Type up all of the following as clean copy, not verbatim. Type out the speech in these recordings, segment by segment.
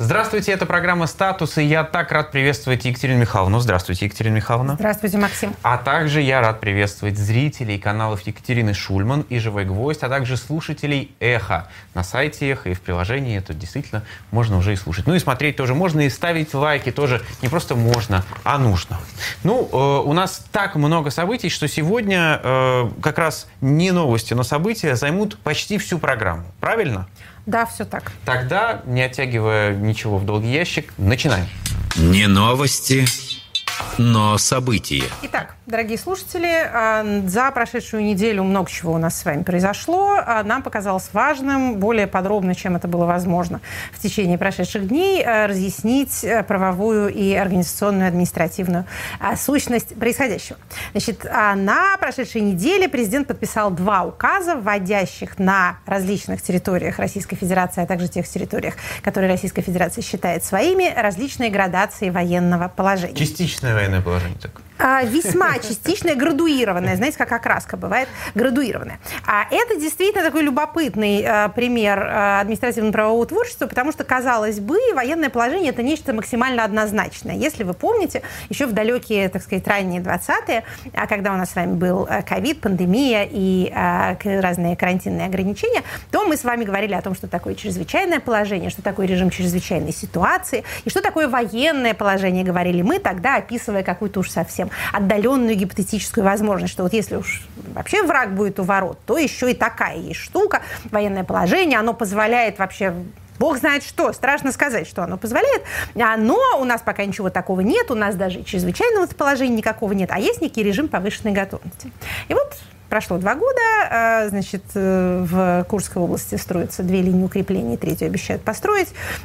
Здравствуйте, это программа «Статус», и я так рад приветствовать Екатерину Михайловну. Здравствуйте, Екатерина Михайловна. Здравствуйте, Максим. А также я рад приветствовать зрителей каналов Екатерины Шульман и «Живой гвоздь», а также слушателей «Эхо». На сайте «Эхо» и в приложении это действительно можно уже и слушать. Ну и смотреть тоже можно, и ставить лайки тоже не просто можно, а нужно. Ну, у нас так много событий, что сегодня как раз не новости, но события займут почти всю программу. Правильно? Да, все так. Тогда, не оттягивая ничего в долгий ящик, начинаем. Не новости, но события. Итак, дорогие слушатели, за прошедшую неделю много чего у нас с вами произошло. Нам показалось важным, более подробно, чем это было возможно в течение прошедших дней, разъяснить правовую и организационную административную сущность происходящего. Значит, на прошедшей неделе президент подписал 2 указа, вводящих на различных территориях Российской Федерации, а также тех территориях, которые Российская Федерация считает своими, различные градации военного положения. Частичное военное положение так. Весьма частичная, градуированная. Знаете, как окраска бывает? Градуированная. Это действительно такой любопытный пример административно-правового творчества, потому что, казалось бы, военное положение – это нечто максимально однозначное. Если вы помните, еще в далекие, так сказать, ранние 20-е, когда у нас с вами был ковид, пандемия и разные карантинные ограничения, то мы с вами говорили о том, что такое чрезвычайное положение, что такое режим чрезвычайной ситуации, и что такое военное положение, говорили мы тогда, описывая какую-то уж совсем отдаленную гипотетическую возможность, что вот если уж вообще враг будет у ворот, то еще и такая есть штука, военное положение, оно позволяет вообще... Бог знает что, страшно сказать, что оно позволяет, но у нас пока ничего такого нет, у нас даже чрезвычайного положения никакого нет, а есть некий режим повышенной готовности. И вот прошло 2 года, значит, в Курской области строятся 2 линии укрепления, 3-ю обещают построить.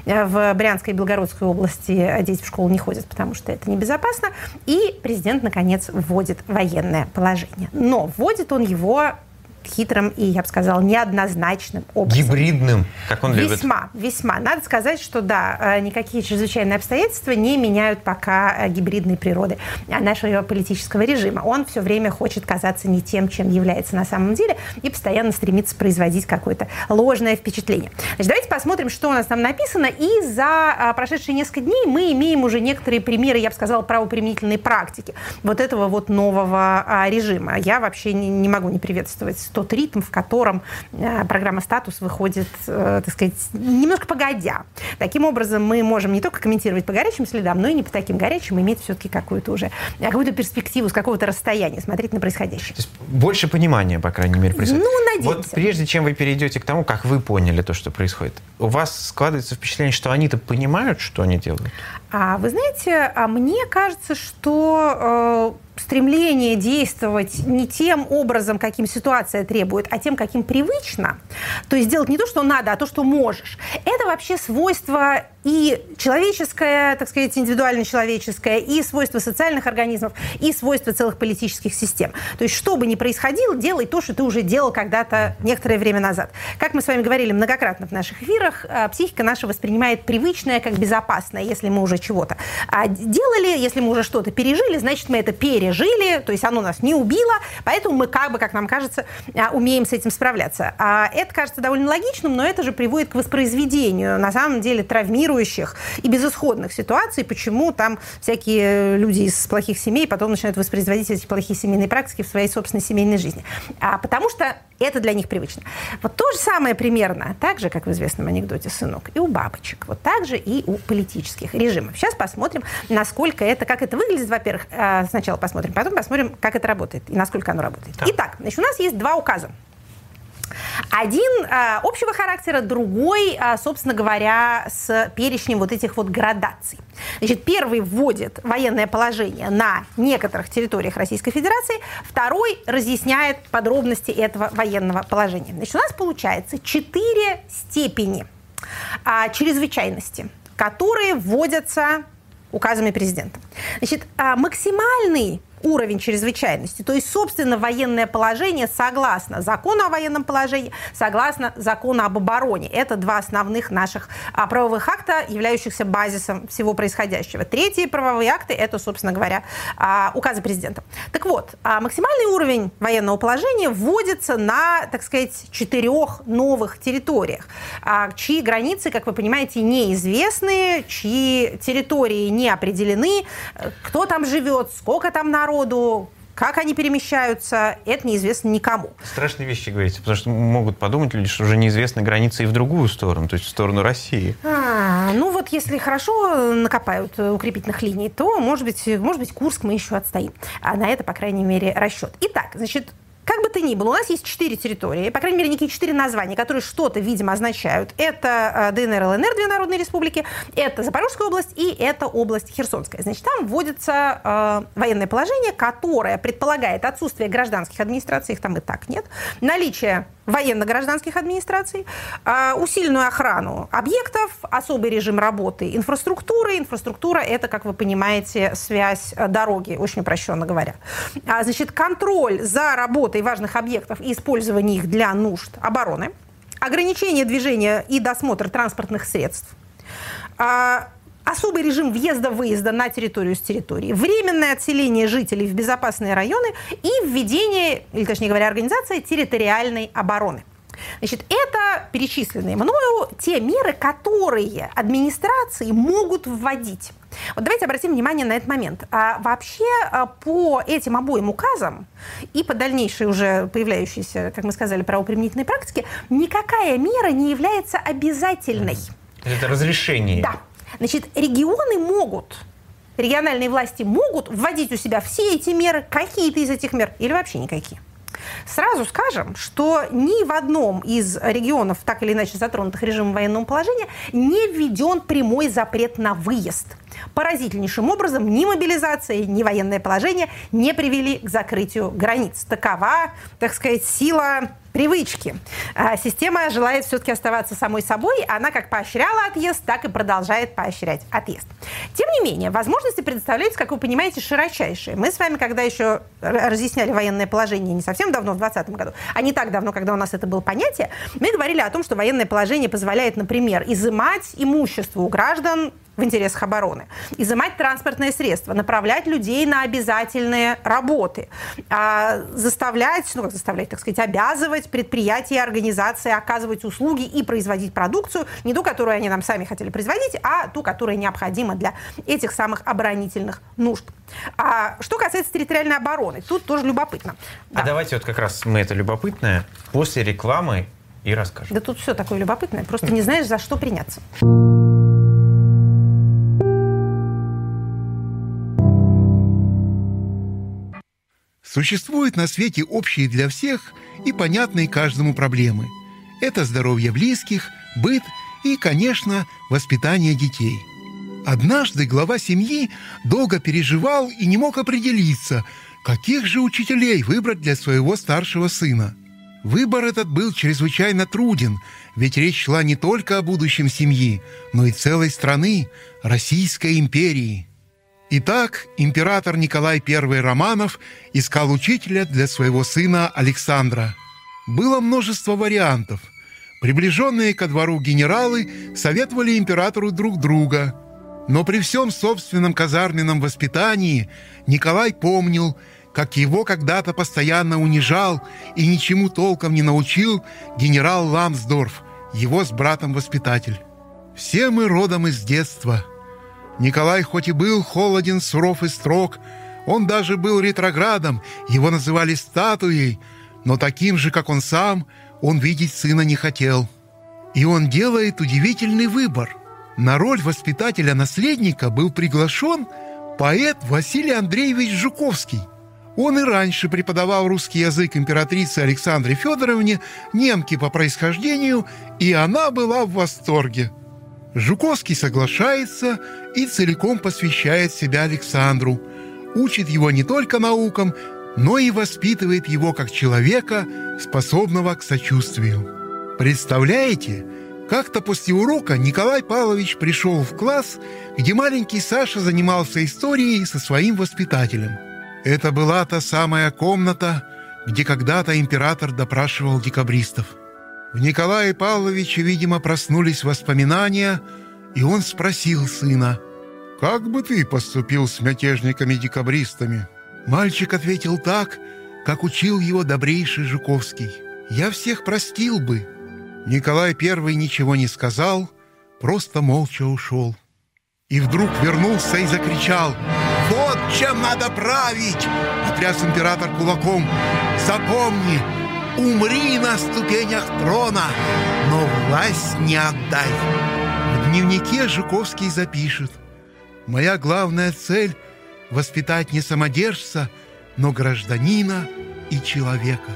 В Брянской и Белгородской области дети в школу не ходят, потому что это небезопасно. И президент, наконец, вводит военное положение. Но вводит он его хитрым и, я бы сказала, неоднозначным образом. Гибридным, как он любит. Весьма. Надо сказать, что да, никакие чрезвычайные обстоятельства не меняют пока гибридной природы нашего политического режима. Он все время хочет казаться не тем, чем является на самом деле, и постоянно стремится производить какое-то ложное впечатление. Значит, давайте посмотрим, что у нас там написано. И за прошедшие несколько дней мы имеем уже некоторые примеры, я бы сказала, правоприменительной практики вот этого вот нового режима. Я вообще не могу не приветствовать тот ритм, в котором программа «Статус» выходит, так сказать, немножко погодя. Таким образом, мы можем не только комментировать по горячим следам, но и не по таким горячим, иметь все-таки какую-то перспективу с какого-то расстояния, смотреть на происходящее. То есть больше понимания, по крайней мере, происходит. Ну, надеемся. Вот прежде чем вы перейдете к тому, как вы поняли то, что происходит, у вас складывается впечатление, что они-то понимают, что они делают? Вы знаете, мне кажется, что стремление действовать не тем образом, каким ситуация требует, а тем, каким привычно, то есть делать не то, что надо, а то, что можешь. Это вообще свойство и человеческое, так сказать, индивидуально-человеческое, и свойство социальных организмов, и свойство целых политических систем. То есть, что бы ни происходило, делай то, что ты уже делал когда-то некоторое время назад. Как мы с вами говорили многократно в наших эфирах, психика наша воспринимает привычное как безопасное. Если мы уже чего-то делали, если мы уже что-то пережили, значит, мы это пережили, то есть оно нас не убило, поэтому мы как нам кажется, умеем с этим справляться. Это кажется довольно логичным, но это же приводит к воспроизведению, на самом деле, травмирующих и безысходных ситуаций, почему там всякие люди из плохих семей потом начинают воспроизводить эти плохие семейные практики в своей собственной семейной жизни. Потому что это для них привычно. Вот то же самое примерно, так же, как в известном анекдоте «Сынок», и у бабочек, вот так же и у политических режимов. Сейчас посмотрим, как это выглядит, во-первых. Сначала посмотрим, потом посмотрим, как это работает и насколько оно работает. Да. Итак, значит, у нас есть 2 указа. Один общего характера, другой, собственно говоря, с перечнем вот этих вот градаций. Значит, первый вводит военное положение на некоторых территориях Российской Федерации, второй разъясняет подробности этого военного положения. Значит, у нас получается 4 степени чрезвычайности, которые вводятся указами президента. Значит, максимальный уровень чрезвычайности. То есть, собственно, военное положение согласно закону о военном положении, согласно закону об обороне. Это два основных наших правовых акта, являющихся базисом всего происходящего. Третьи правовые акты – это, собственно говоря, указы президента. Так вот, максимальный уровень военного положения вводится на, так сказать, 4 новых территориях, чьи границы, как вы понимаете, неизвестны, чьи территории не определены, кто там живет, сколько там народу, как они перемещаются, это неизвестно никому. Страшные вещи говорите, потому что могут подумать люди, что уже неизвестны границы и в другую сторону, то есть в сторону России. Ну вот если хорошо накопают укрепительных линий, то, может быть, Курск мы еще отстоим. А на это, по крайней мере, расчет. Итак, значит, как бы то ни было, у нас есть 4 территории, по крайней мере, некие 4 названия, которые что-то, видимо, означают. Это ДНР, ЛНР, две народные республики, это Запорожская область и это область Херсонская. Значит, там вводится военное положение, которое предполагает отсутствие гражданских администраций, их там и так нет, наличие военно-гражданских администраций, усиленную охрану объектов, особый режим работы инфраструктуры. Инфраструктура – это, как вы понимаете, связь дороги, очень упрощенно говоря. Значит, контроль за работой важных объектов и использование их для нужд обороны, ограничение движения и досмотр транспортных средств, особый режим въезда-выезда на территорию с территории, временное отселение жителей в безопасные районы и введение, или точнее говоря, организация территориальной обороны. Значит, это перечисленные мною те меры, которые администрации могут вводить. Вот давайте обратим внимание на этот момент. Вообще по этим обоим указам и по дальнейшей уже появляющейся, как мы сказали, правоприменительной практике, никакая мера не является обязательной. Это разрешение. Да. Значит, региональные власти могут вводить у себя все эти меры, какие-то из этих мер, или вообще никакие. Сразу скажем, что ни в одном из регионов, так или иначе затронутых режимом военного положения, не введен прямой запрет на выезд. Поразительнейшим образом ни мобилизация, ни военное положение не привели к закрытию границ. Такова, так сказать, сила привычки. Система желает все-таки оставаться самой собой. Она как поощряла отъезд, так и продолжает поощрять отъезд. Тем не менее, возможности предоставляются, как вы понимаете, широчайшие. Мы с вами, когда еще разъясняли военное положение не совсем давно, в 2020 году, а не так давно, когда у нас это было понятие, мы говорили о том, что военное положение позволяет, например, изымать имущество у граждан в интересах обороны, изымать транспортные средства, направлять людей на обязательные работы, заставлять, так сказать, обязывать предприятия и организации оказывать услуги и производить продукцию, не ту, которую они нам сами хотели производить, а ту, которая необходима для этих самых оборонительных нужд. Что касается территориальной обороны, тут тоже любопытно. Да. Давайте вот как раз мы это любопытное после рекламы и расскажем. Да тут все такое любопытное, просто не знаешь, за что приняться. Существуют на свете общие для всех и понятные каждому проблемы. Это здоровье близких, быт и, конечно, воспитание детей. Однажды глава семьи долго переживал и не мог определиться, каких же учителей выбрать для своего старшего сына. Выбор этот был чрезвычайно труден, ведь речь шла не только о будущем семьи, но и целой страны, Российской империи. Итак, император Николай I Романов искал учителя для своего сына Александра. Было множество вариантов. Приближенные ко двору генералы советовали императору друг друга. Но при всем собственном казарменном воспитании Николай помнил, как его когда-то постоянно унижал и ничему толком не научил генерал Ламсдорф, его с братом воспитатель. Все мы родом из детства. Николай хоть и был холоден, суров и строг, он даже был ретроградом, его называли статуей, но таким же, как он сам, он видеть сына не хотел. И он делает удивительный выбор. На роль воспитателя-наследника был приглашен поэт Василий Андреевич Жуковский. Он и раньше преподавал русский язык императрице Александре Федоровне, немке по происхождению, и она была в восторге. Жуковский соглашается и целиком посвящает себя Александру, учит его не только наукам, но и воспитывает его как человека, способного к сочувствию. Представляете, как-то после урока Николай Павлович пришел в класс, где маленький Саша занимался историей со своим воспитателем. Это была та самая комната, где когда-то император допрашивал декабристов. В Николае Павловиче, видимо, проснулись воспоминания, и он спросил сына: «Как бы ты поступил с мятежниками-декабристами?» Мальчик ответил так, как учил его добрейший Жуковский: «Я всех простил бы». Николай I ничего не сказал, просто молча ушел. И вдруг вернулся и закричал: «Вот чем надо править!» Потряс император кулаком: «Запомни, умри на ступенях трона, но власть не отдай». В дневнике Жуковский запишет: «Моя главная цель – воспитать не самодержца, но гражданина и человека».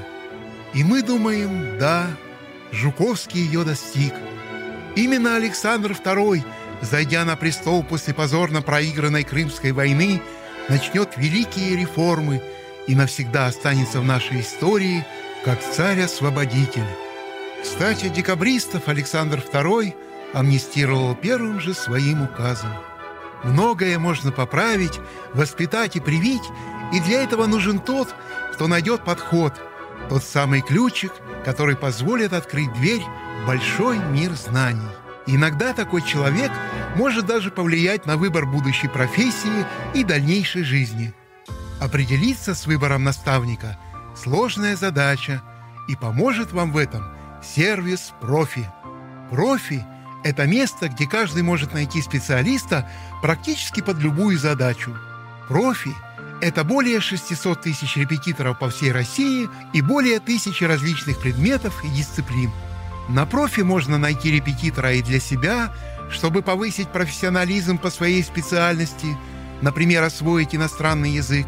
И мы думаем, да, Жуковский ее достиг. Именно Александр II, зайдя на престол после позорно проигранной Крымской войны, начнет великие реформы и навсегда останется в нашей истории как царь-освободитель. Кстати, декабристов Александр II амнистировал первым же своим указом. Многое можно поправить, воспитать и привить, и для этого нужен тот, кто найдет подход, тот самый ключик, который позволит открыть дверь в большой мир знаний. Иногда такой человек может даже повлиять на выбор будущей профессии и дальнейшей жизни. Определиться с выбором наставника – сложная задача, и поможет вам в этом сервис «Профи». «Профи» – это место, где каждый может найти специалиста практически под любую задачу. «Профи» – это более 600 тысяч репетиторов по всей России и более 1000 различных предметов и дисциплин. На «Профи» можно найти репетитора и для себя, чтобы повысить профессионализм по своей специальности, например, освоить иностранный язык,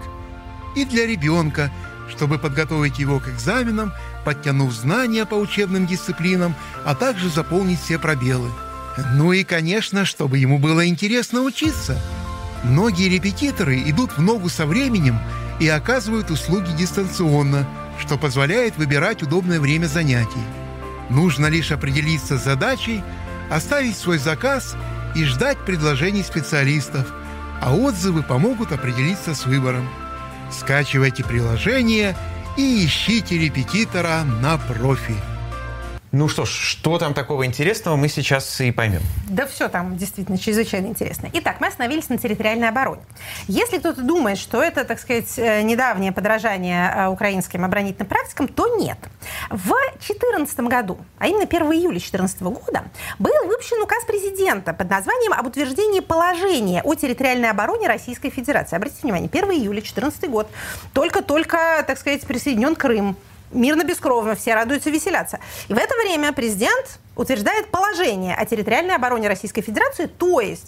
и для ребенка, чтобы подготовить его к экзаменам, подтянув знания по учебным дисциплинам, а также заполнить все пробелы. Ну и, конечно, чтобы ему было интересно учиться. Многие репетиторы идут в ногу со временем и оказывают услуги дистанционно, что позволяет выбирать удобное время занятий. Нужно лишь определиться с задачей, оставить свой заказ и ждать предложений специалистов, а отзывы помогут определиться с выбором. Скачивайте приложение и ищите репетитора на «Профи». Ну что ж, что там такого интересного, мы сейчас и поймем. Да все там действительно чрезвычайно интересно. Итак, мы остановились на территориальной обороне. Если кто-то думает, что это, так сказать, недавнее подражание украинским оборонительным практикам, то нет. В 2014 году, а именно 1 июля 2014 года, был выпущен указ президента под названием «Об утверждении положения о территориальной обороне Российской Федерации». Обратите внимание, 1 июля 2014 год. Только-только, так сказать, присоединен Крым. Мирно, бескровно, все радуются, веселятся. И в это время президент утверждает положение о территориальной обороне Российской Федерации, то есть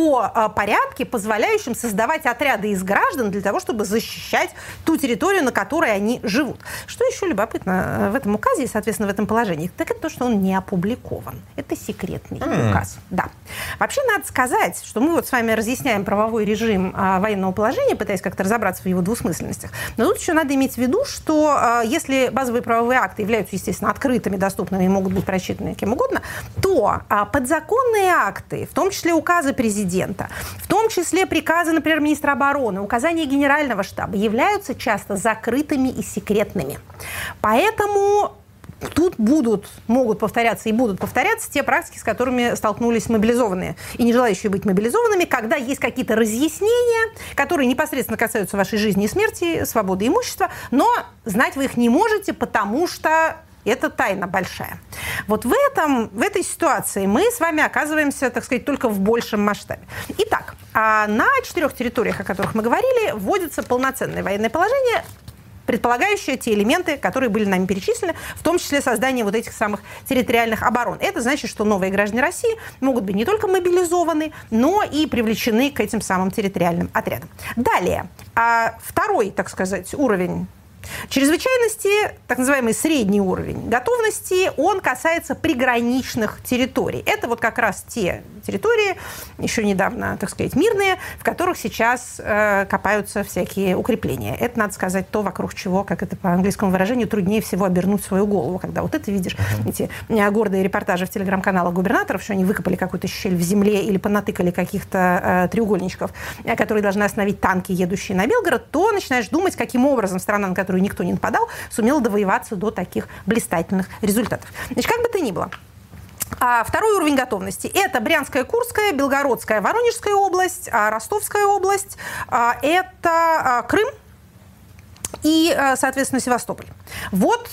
о порядке, позволяющем создавать отряды из граждан для того, чтобы защищать ту территорию, на которой они живут. Что еще любопытно в этом указе и, соответственно, в этом положении, так это то, что он не опубликован. Это секретный указ. Да. Вообще, надо сказать, что мы вот с вами разъясняем правовой режим военного положения, пытаясь как-то разобраться в его двусмысленностях. Но тут еще надо иметь в виду, что если базовые правовые акты являются, естественно, открытыми, доступными и могут быть прочитаны кем угодно, то подзаконные акты, в том числе указы президента, в том числе приказы, например, министра обороны, указания генерального штаба, являются часто закрытыми и секретными. Поэтому тут могут повторяться и будут повторяться те практики, с которыми столкнулись мобилизованные и не желающие быть мобилизованными, когда есть какие-то разъяснения, которые непосредственно касаются вашей жизни и смерти, свободы и имущества, но знать вы их не можете, потому что это тайна большая. Вот в этой ситуации мы с вами оказываемся, так сказать, только в большем масштабе. Итак, на 4 территориях, о которых мы говорили, вводится полноценное военное положение, предполагающие те элементы, которые были нами перечислены, в том числе создание вот этих самых территориальных оборон. Это значит, что новые граждане России могут быть не только мобилизованы, но и привлечены к этим самым территориальным отрядам. Далее, второй, так сказать, уровень Чрезвычайности, так называемый средний уровень готовности, он касается приграничных территорий. Это вот как раз те территории, еще недавно, так сказать, мирные, в которых сейчас копаются всякие укрепления. Это, надо сказать, то, вокруг чего, как это по английскому выражению, труднее всего обернуть свою голову. Когда вот это видишь, эти гордые репортажи в телеграм-каналах губернаторов, что они выкопали какую-то щель в земле или понатыкали каких-то треугольничков, которые должны остановить танки, едущие на Белгород, то начинаешь думать, каким образом страна, на которую никто не нападал, сумела довоеваться до таких блистательных результатов. Значит, как бы то ни было, второй уровень готовности – это Брянская, Курская, Белгородская, Воронежская область, Ростовская область, это Крым и, соответственно, Севастополь. Вот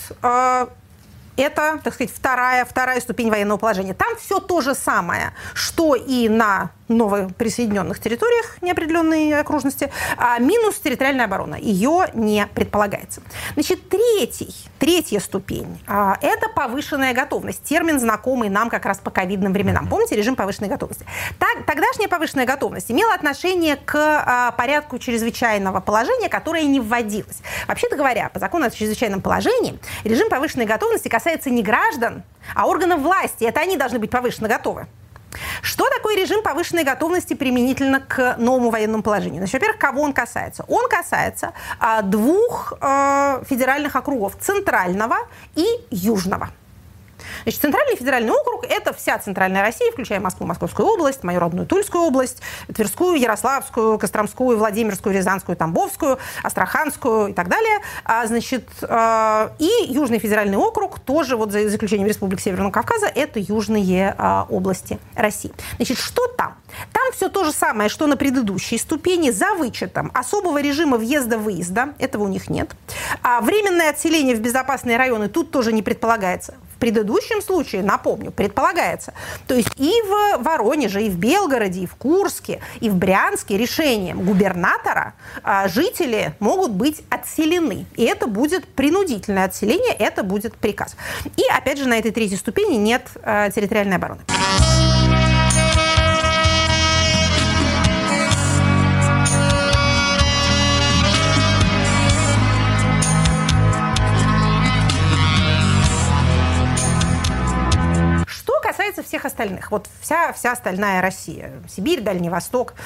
это, так сказать, вторая ступень военного положения. Там все то же самое, что и на новоприсоединенных территориях неопределенной окружности, минус территориальная оборона. Ее не предполагается. Значит, третья ступень – это повышенная готовность. Термин, знакомый нам как раз по ковидным временам. Помните, режим повышенной готовности? Тогдашняя повышенная готовность имела отношение к порядку чрезвычайного положения, которое не вводилось. Вообще-то говоря, по закону о чрезвычайном положении, режим повышенной готовности касается не граждан, а органов власти. Это они должны быть повышенно готовы. Что такое режим повышенной готовности применительно к новому военному положению? Значит, во-первых, кого он касается? Он касается двух федеральных округов – Центрального и Южного. Значит, Центральный федеральный округ – это вся центральная Россия, включая Москву, Московскую область, мою родную Тульскую область, Тверскую, Ярославскую, Костромскую, Владимирскую, Рязанскую, Тамбовскую, Астраханскую и так далее. Значит, и Южный федеральный округ, тоже вот за исключением Республики Северного Кавказа, это южные области России. Значит, что там? Там все то же самое, что на предыдущей ступени, за вычетом особого режима въезда-выезда, этого у них нет. Временное отселение в безопасные районы тут тоже не предполагается. В предыдущем случае, напомню, предполагается. То есть и в Воронеже, и в Белгороде, и в Курске, и в Брянске решением губернатора жители могут быть отселены. И это будет принудительное отселение, это будет приказ. И опять же на этой третьей ступени нет территориальной обороны. Касается всех остальных. Вот вся остальная Россия. Сибирь, Дальний Восток,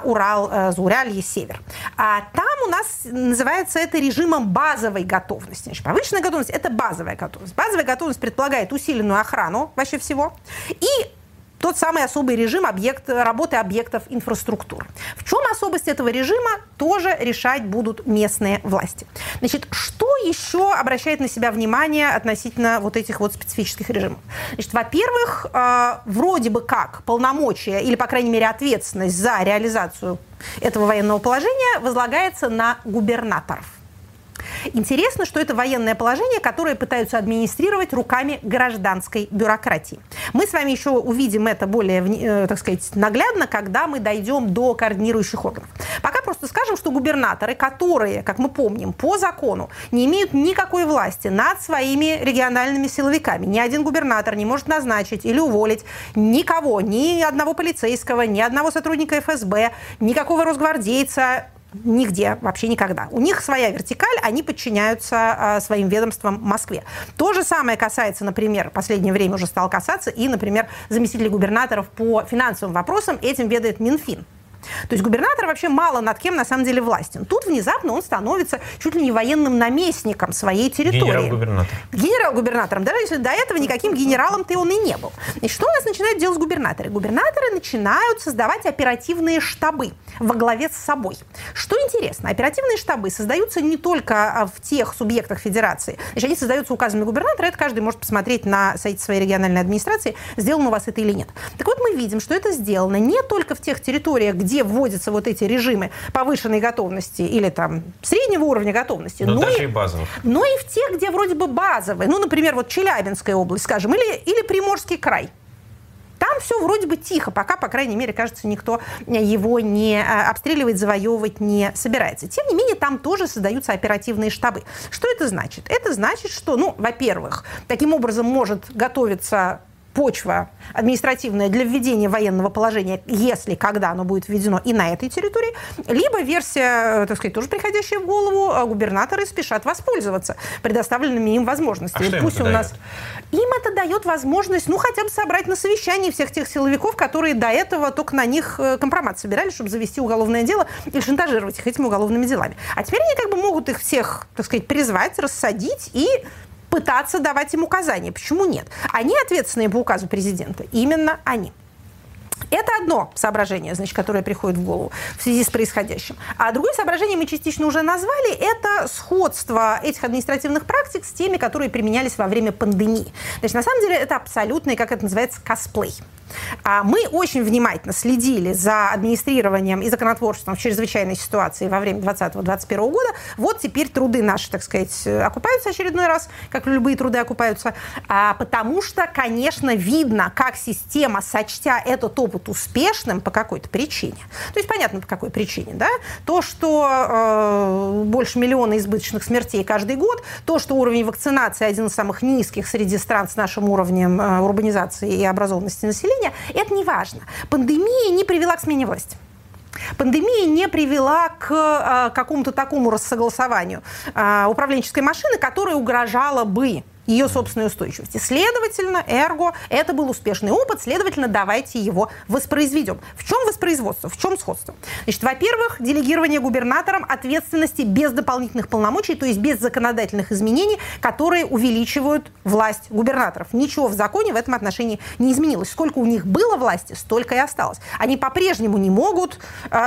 Урал, Зауралье, Север. Там у нас называется это режимом базовой готовности. Значит, повышенная готовность – это базовая готовность. Базовая готовность предполагает усиленную охрану вообще всего и тот самый особый режим работы объектов инфраструктуры. В чем особость этого режима, тоже решать будут местные власти. Значит, что еще обращает на себя внимание относительно вот этих вот специфических режимов? Значит, во-первых, вроде бы как полномочия или, по крайней мере, ответственность за реализацию этого военного положения возлагается на губернаторов. Интересно, что это военное положение, которое пытаются администрировать руками гражданской бюрократии. Мы с вами еще увидим это более, так сказать, наглядно, когда мы дойдем до координирующих органов. Пока просто скажем, что губернаторы, которые, как мы помним, по закону не имеют никакой власти над своими региональными силовиками. Ни один губернатор не может назначить или уволить никого, ни одного полицейского, ни одного сотрудника ФСБ, никакого росгвардейца, нигде, вообще никогда. У них своя вертикаль, они подчиняются своим ведомствам Москве. То же самое касается, например, в последнее время уже стало касаться и, например, заместителей губернаторов по финансовым вопросам, этим ведает Минфин. То есть губернатор вообще мало над кем на самом деле властен. Тут внезапно он становится чуть ли не военным наместником своей территории. Генерал-губернатор. Генерал-губернатором, даже если до этого никаким генералом-то он и не был. И что у нас начинают делать губернаторы? Губернаторы начинают создавать оперативные штабы во главе с собой. Что интересно, оперативные штабы создаются не только в тех субъектах федерации. Значит, они создаются указами губернатора, это каждый может посмотреть на сайте своей региональной администрации, сделано у вас это или нет. Так вот, мы видим, что это сделано не только в тех территориях, где вводятся вот эти режимы повышенной готовности или там среднего уровня готовности, но даже и базовых. Но и в тех, где вроде бы базовые. Ну, например, вот Челябинская область, скажем, или Приморский край. Там все вроде бы тихо, пока, по крайней мере, кажется, никто его не обстреливать, завоевывать не собирается. Тем не менее, там тоже создаются оперативные штабы. Что это значит? Это значит, что, ну, во-первых, таким образом может готовиться почва административная для введения военного положения, если, когда оно будет введено и на этой территории, либо версия, так сказать, тоже приходящая в голову, губернаторы спешат воспользоваться предоставленными им возможностями. Пусть у нас... Им это дает возможность, хотя бы собрать на совещании всех тех силовиков, которые до этого только на них компромат собирали, чтобы завести уголовное дело и шантажировать их этими уголовными делами. А теперь они как бы могут их всех, так сказать, призвать, рассадить и пытаться давать им указания. Почему нет? Они ответственные по указу президента. Именно они. Это одно соображение, значит, которое приходит в голову в связи с происходящим. А другое соображение мы частично уже назвали. Это сходство этих административных практик с теми, которые применялись во время пандемии. Значит, на самом деле это абсолютный, как это называется, косплей. Мы очень внимательно следили за администрированием и законотворчеством в чрезвычайной ситуации во время 2020-2021 года. Вот теперь труды наши, так сказать, окупаются очередной раз, как любые труды окупаются, потому что, конечно, видно, как система, сочтя этот опыт успешным по какой-то причине, то есть понятно, по какой причине, да, то, что больше миллиона избыточных смертей каждый год, то, что уровень вакцинации один из самых низких среди стран с нашим уровнем урбанизации и образованности населения, это не важно. Пандемия не привела к смене власти. Пандемия не привела к какому-то такому рассогласованию управленческой машины, которая угрожала бы ее собственной устойчивости. Следовательно, эрго, это был успешный опыт, следовательно, давайте его воспроизведем. В чем воспроизводство? В чем сходство? Значит, во-первых, делегирование губернаторам ответственности без дополнительных полномочий, то есть без законодательных изменений, которые увеличивают власть губернаторов. Ничего в законе в этом отношении не изменилось. Сколько у них было власти, столько и осталось. Они по-прежнему не могут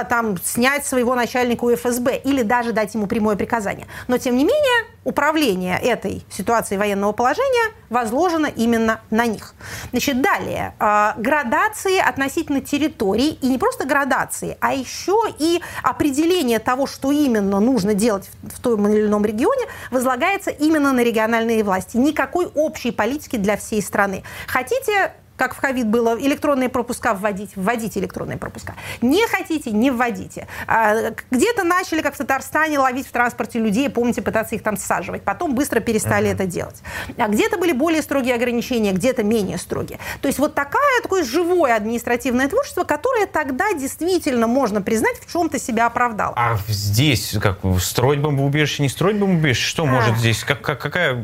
снять своего начальника УФСБ или даже дать ему прямое приказание. Но, тем не менее, управление этой ситуацией военного положения возложено именно на них. Значит, далее. Градации относительно территорий, и не просто градации, а еще и определение того, что именно нужно делать в том или ином регионе, возлагается именно на региональные власти. Никакой общей политики для всей страны. Хотите, как в ковид было, электронные пропуска вводить, вводите электронные пропуска. Не хотите, не вводите. Где-то начали, как в Татарстане, ловить в транспорте людей, помните, пытаться их там саживать. Потом быстро перестали это делать. А где-то были более строгие ограничения, где-то менее строгие. То есть вот такое живое административное творчество, которое тогда действительно можно признать в чем-то себя оправдало. А здесь как строить бомбоубежище, не строить бомбоубежище? Что может здесь? Какая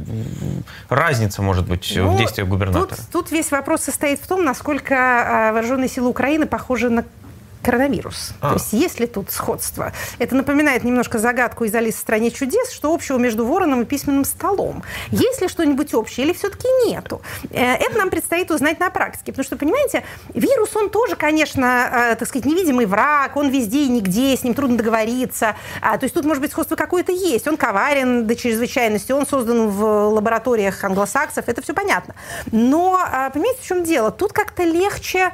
разница может быть в действиях губернатора? Тут весь вопрос состоит в том, насколько вооруженные силы Украины похожи на коронавирус. То есть есть ли тут сходство? Это напоминает немножко загадку из «Алисы в стране чудес», что общего между вороном и письменным столом. Есть ли что-нибудь общее или все-таки нету? Это нам предстоит узнать на практике. Потому что, понимаете, вирус, он тоже, конечно, так сказать, невидимый враг, он везде и нигде, с ним трудно договориться. То есть тут, может быть, сходство какое-то есть. Он коварен до чрезвычайности, он создан в лабораториях англосаксов, это все понятно. Но, понимаете, в чем дело? Тут как-то легче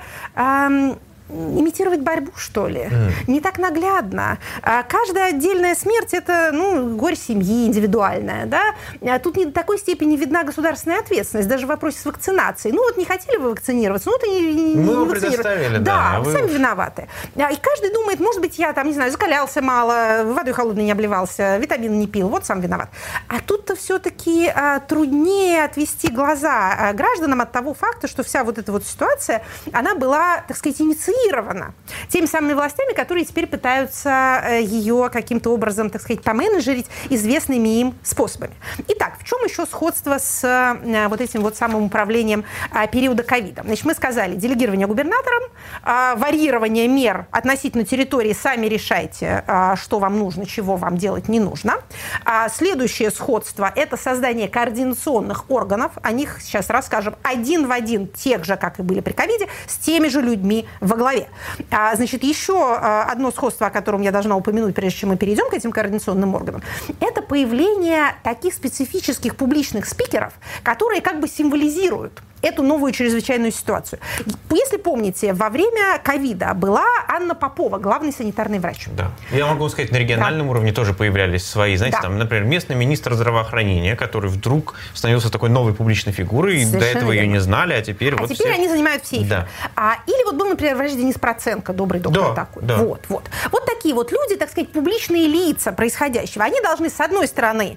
имитировать борьбу, что ли. Не так наглядно. Каждая отдельная смерть – это, горе семьи индивидуальная. Да? Тут не до такой степени видна государственная ответственность, даже в вопросе с вакцинацией. Не хотели вы вакцинироваться, это не мы предоставили, да, вы сами виноваты. И каждый думает, может быть, я закалялся мало, водой холодной не обливался, витамины не пил, вот сам виноват. А тут-то все-таки труднее отвести глаза гражданам от того факта, что вся вот эта вот ситуация, она была, так сказать, инициирована теми самыми властями, которые теперь пытаются ее каким-то образом, так сказать, поменеджерить известными им способами. Итак, в чем еще сходство с вот этим вот самым управлением периода ковида? Значит, мы сказали, делегирование губернаторам, варьирование мер относительно территории, сами решайте, что вам нужно, чего вам делать не нужно. Следующее сходство – это создание координационных органов, о них сейчас расскажем, один в один тех же, как и были при ковиде, с теми же людьми во главе. Значит, еще одно сходство, о котором я должна упомянуть, прежде чем мы перейдем к этим координационным органам, это появление таких специфических публичных спикеров, которые как бы символизируют эту новую чрезвычайную ситуацию. Если помните, во время ковида была Анна Попова, главный санитарный врач. Да. Я могу сказать, на региональном уровне тоже появлялись свои, знаете, например, местный министр здравоохранения, который вдруг становился такой новой публичной фигурой, и до этого ее не знали, а теперь вот теперь они занимают все эфиры. Да. Или вот был, например, врач Денис Проценко, добрый доктор такой. Да. Вот такие вот люди, так сказать, публичные лица происходящего, они должны, с одной стороны,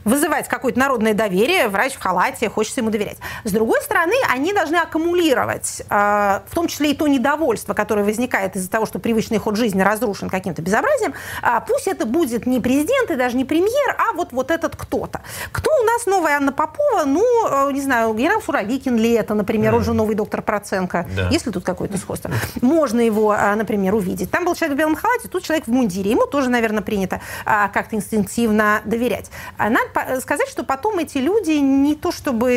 вызывать какое-то народное доверие, врач в халате, хочется ему доверять. С другой стороны, они должны аккумулировать, в том числе и то недовольство, которое возникает из-за того, что привычный ход жизни разрушен каким-то безобразием. Пусть это будет не президент и даже не премьер, а вот этот кто-то. Кто у нас новая Анна Попова? Ну, не знаю, генерал Суровикин ли это, например, он же новый доктор Проценко. Да. Есть ли тут какое-то сходство? Можно его, например, увидеть. Там был человек в белом халате, тут человек в мундире. Ему тоже, наверное, принято как-то инстинктивно доверять. Надо сказать, что потом эти люди не то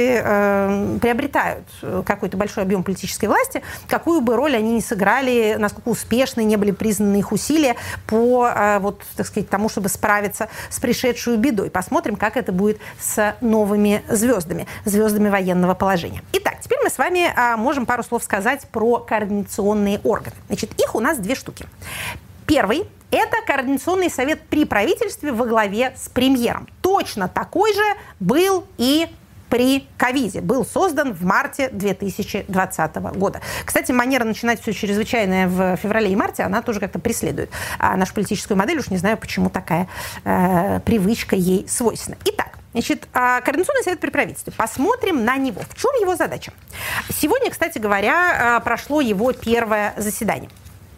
чтобы приобретают какой-то большой объем политической власти, какую бы роль они ни сыграли, насколько успешны не были признаны их усилия по, вот, так сказать, тому, чтобы справиться с пришедшей бедой. Посмотрим, как это будет с новыми звездами военного положения. Итак, теперь мы с вами можем пару слов сказать про координационные органы. Значит, их у нас 2 штуки. Первый – это Координационный совет при правительстве во главе с премьером. Точно такой же был и при ковиде. Был создан в марте 2020 года. Кстати, манера начинать все чрезвычайное в феврале и марте, она тоже как-то преследует нашу политическую модель. Уж не знаю, почему такая привычка ей свойственна. Итак, значит, Координационный совет при правительстве. Посмотрим на него. В чем его задача? Сегодня, кстати говоря, прошло его первое заседание.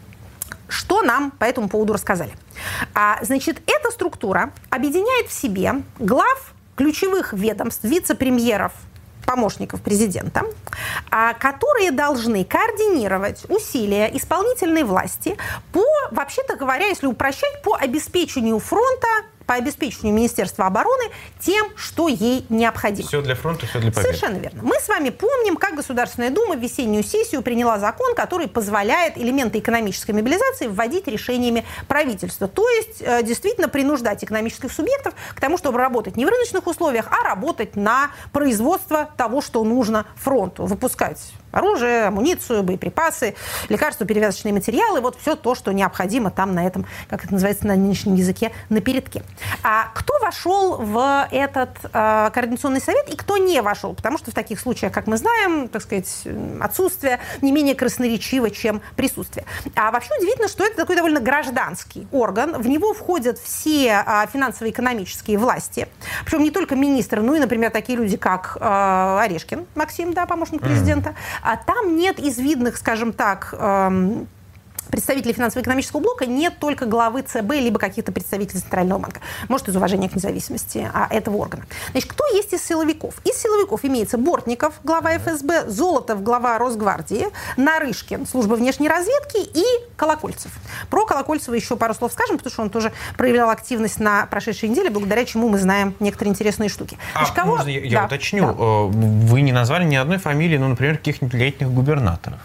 Что нам по этому поводу рассказали? Значит, эта структура объединяет в себе глав ключевых ведомств, вице-премьеров, помощников президента, которые должны координировать усилия исполнительной власти по, вообще-то говоря, если упрощать, по обеспечению фронта, по обеспечению Министерства обороны тем, что ей необходимо. Все для фронта, все для победы. Совершенно верно. Мы с вами помним, как Государственная Дума в весеннюю сессию приняла закон, который позволяет элементы экономической мобилизации вводить решениями правительства. То есть действительно принуждать экономических субъектов к тому, чтобы работать не в рыночных условиях, а работать на производство того, что нужно фронту. Выпускать оружие, амуницию, боеприпасы, лекарства, перевязочные материалы, вот все то, что необходимо там на этом, как это называется на нынешнем языке, на передке. А кто вошел в этот Координационный совет и кто не вошел? Потому что в таких случаях, как мы знаем, так сказать, отсутствие не менее красноречиво, чем присутствие. А вообще удивительно, что это такой довольно гражданский орган. В него входят все финансово-экономические власти. Причем не только министры, но и, например, такие люди, как Орешкин Максим, да, помощник президента. А там нет из видных, скажем так, представителей финансово-экономического блока, нет только главы ЦБ, либо каких-то представителей Центрального банка. Может, из уважения к независимости этого органа. Значит, кто есть из силовиков? Из силовиков имеется Бортников, глава ФСБ, Золотов, глава Росгвардии, Нарышкин, служба внешней разведки и Колокольцев. Про Колокольцева еще пару слов скажем, потому что он тоже проявлял активность на прошедшей неделе, благодаря чему мы знаем некоторые интересные штуки. Значит, кого? Можно я уточню? Да. Вы не назвали ни одной фамилии, ну, например, каких-нибудь летних губернаторов.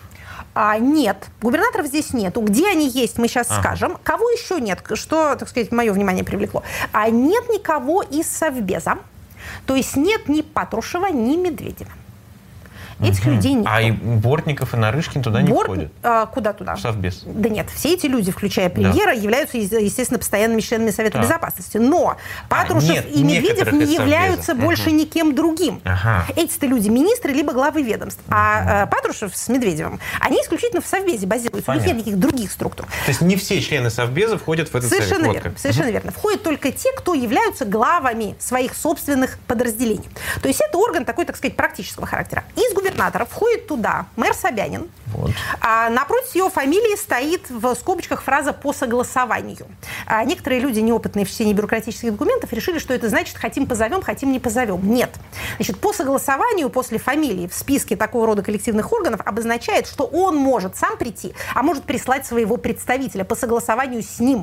Нет, губернаторов здесь нету. Где они есть, мы сейчас скажем. Кого еще нет? Что, так сказать, мое внимание привлекло? Нет никого из Совбеза. То есть нет ни Патрушева, ни Медведева. Этих людей нет. И Бортников, и Нарышкин туда не входят? Куда туда? В Совбез. Да нет, все эти люди, включая премьера, являются, естественно, постоянными членами Совета Безопасности. Но Патрушев и Медведев не являются больше никем другим. Эти-то люди министры, либо главы ведомств. А Патрушев с Медведевым, они исключительно в Совбезе базируются. У них нет никаких других структур. То есть не все члены Совбеза входят в этот совет? Совершенно верно. Совершенно верно. Входят только те, кто являются главами своих собственных подразделений. То есть это орган такой, так сказать, практического характера. Из губернаторов входит туда мэр Собянин. Вот. Напротив его фамилии стоит в скобочках фраза «по согласованию». Некоторые люди, неопытные в чтении бюрократических документов, решили, что это значит «хотим позовем, хотим не позовем». Нет. Значит, по согласованию после фамилии в списке такого рода коллективных органов обозначает, что он может сам прийти, а может прислать своего представителя по согласованию с ним.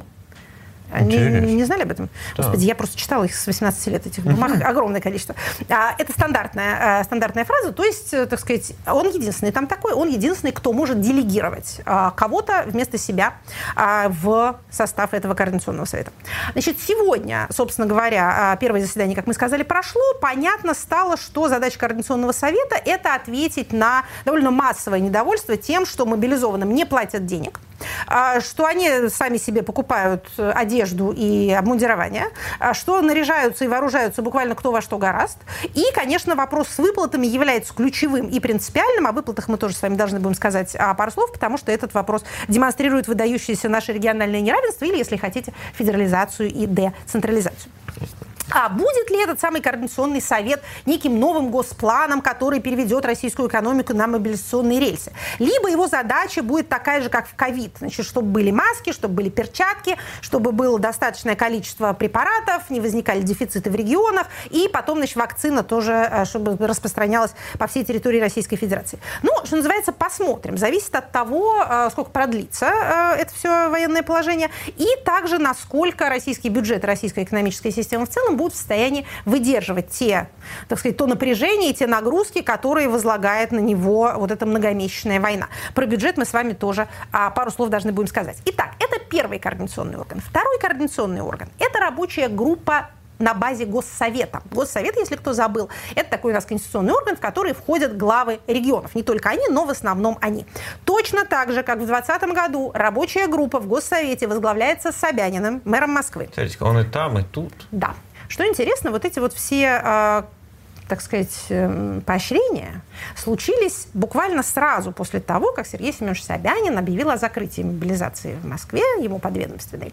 Не знали об этом? Да. Господи, я просто читала их с 18 лет, этих бумаг, огромное количество. Это стандартная фраза, то есть, так сказать, он единственный там такой, он единственный, кто может делегировать кого-то вместо себя в состав этого Координационного совета. Значит, сегодня, собственно говоря, первое заседание, как мы сказали, прошло. Понятно стало, что задача Координационного совета – это ответить на довольно массовое недовольство тем, что мобилизованным не платят денег, что они сами себе покупают одежду и обмундирование, что наряжаются и вооружаются буквально кто во что горазд. И, конечно, вопрос с выплатами является ключевым и принципиальным. О выплатах мы тоже с вами должны будем сказать пару слов, потому что этот вопрос демонстрирует выдающееся наше региональное неравенство или, если хотите, федерализацию и децентрализацию. А будет ли этот самый Координационный совет неким новым госпланом, который переведет российскую экономику на мобилизационные рельсы? Либо его задача будет такая же, как в ковид. Значит, чтобы были маски, чтобы были перчатки, чтобы было достаточное количество препаратов, не возникали дефициты в регионах, и потом, значит, вакцина тоже, чтобы распространялась по всей территории Российской Федерации. Ну, что называется, посмотрим. Зависит от того, сколько продлится это все военное положение, и также, насколько российский бюджет и российская экономическая система в целом будут в состоянии выдерживать те, так сказать, то напряжение и те нагрузки, которые возлагает на него вот эта многомесячная война. Про бюджет мы с вами тоже пару слов должны будем сказать. Итак, это первый координационный орган. Второй координационный орган – это рабочая группа на базе Госсовета. Госсовет, если кто забыл, это такой у нас конституционный орган, в который входят главы регионов. Не только они, но в основном они. Точно так же, как в 2020 году рабочая группа в Госсовете возглавляется Собяниным, мэром Москвы. Смотрите, он и там, и тут. Да. Что интересно, вот эти вот все, так сказать, поощрения случились буквально сразу после того, как Сергей Семенович Собянин объявил о закрытии мобилизации в Москве, ему подведомственной,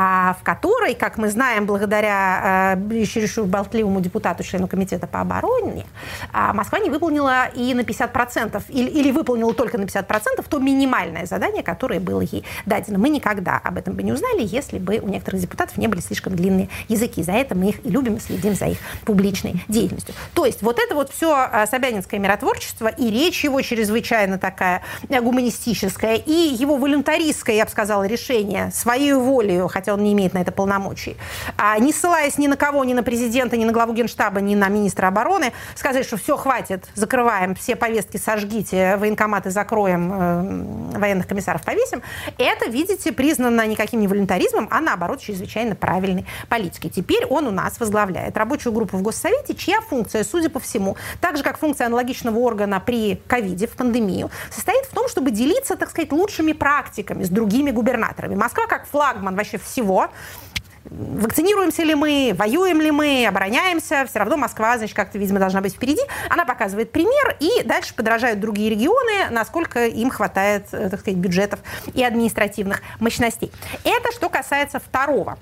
в которой, как мы знаем, благодаря чересчур болтливому депутату, члену комитета по обороне, Москва не выполнила и на 50%, или выполнила только на 50% то минимальное задание, которое было ей дадено. Мы никогда об этом бы не узнали, если бы у некоторых депутатов не были слишком длинные языки. За это мы их и любим, и следим за их публичной деятельностью. То есть вот это вот все собянинское миротворчество, и речь его чрезвычайно такая гуманистическая, и его волюнтаристское, я бы сказала, решение своей волей, хотя он не имеет на это полномочий, не ссылаясь ни на кого, ни на президента, ни на главу Генштаба, ни на министра обороны, сказать, что все, хватит, закрываем все повестки, сожгите, военкоматы закроем, военных комиссаров повесим, это, видите, признано никаким не волюнтаризмом, а наоборот чрезвычайно правильной политикой. Теперь он у нас возглавляет рабочую группу в Госсовете, чья функция, судя по всему, так же, как функция аналогичного органа при ковиде, в пандемию, состоит в том, чтобы делиться, так сказать, лучшими практиками с другими губернаторами. Москва как флагман вообще всего. Вакцинируемся ли мы, воюем ли мы, обороняемся, все равно Москва, значит, как-то, видимо, должна быть впереди. Она показывает пример, и дальше подражают другие регионы, насколько им хватает, так сказать, бюджетов и административных мощностей. Это что касается второго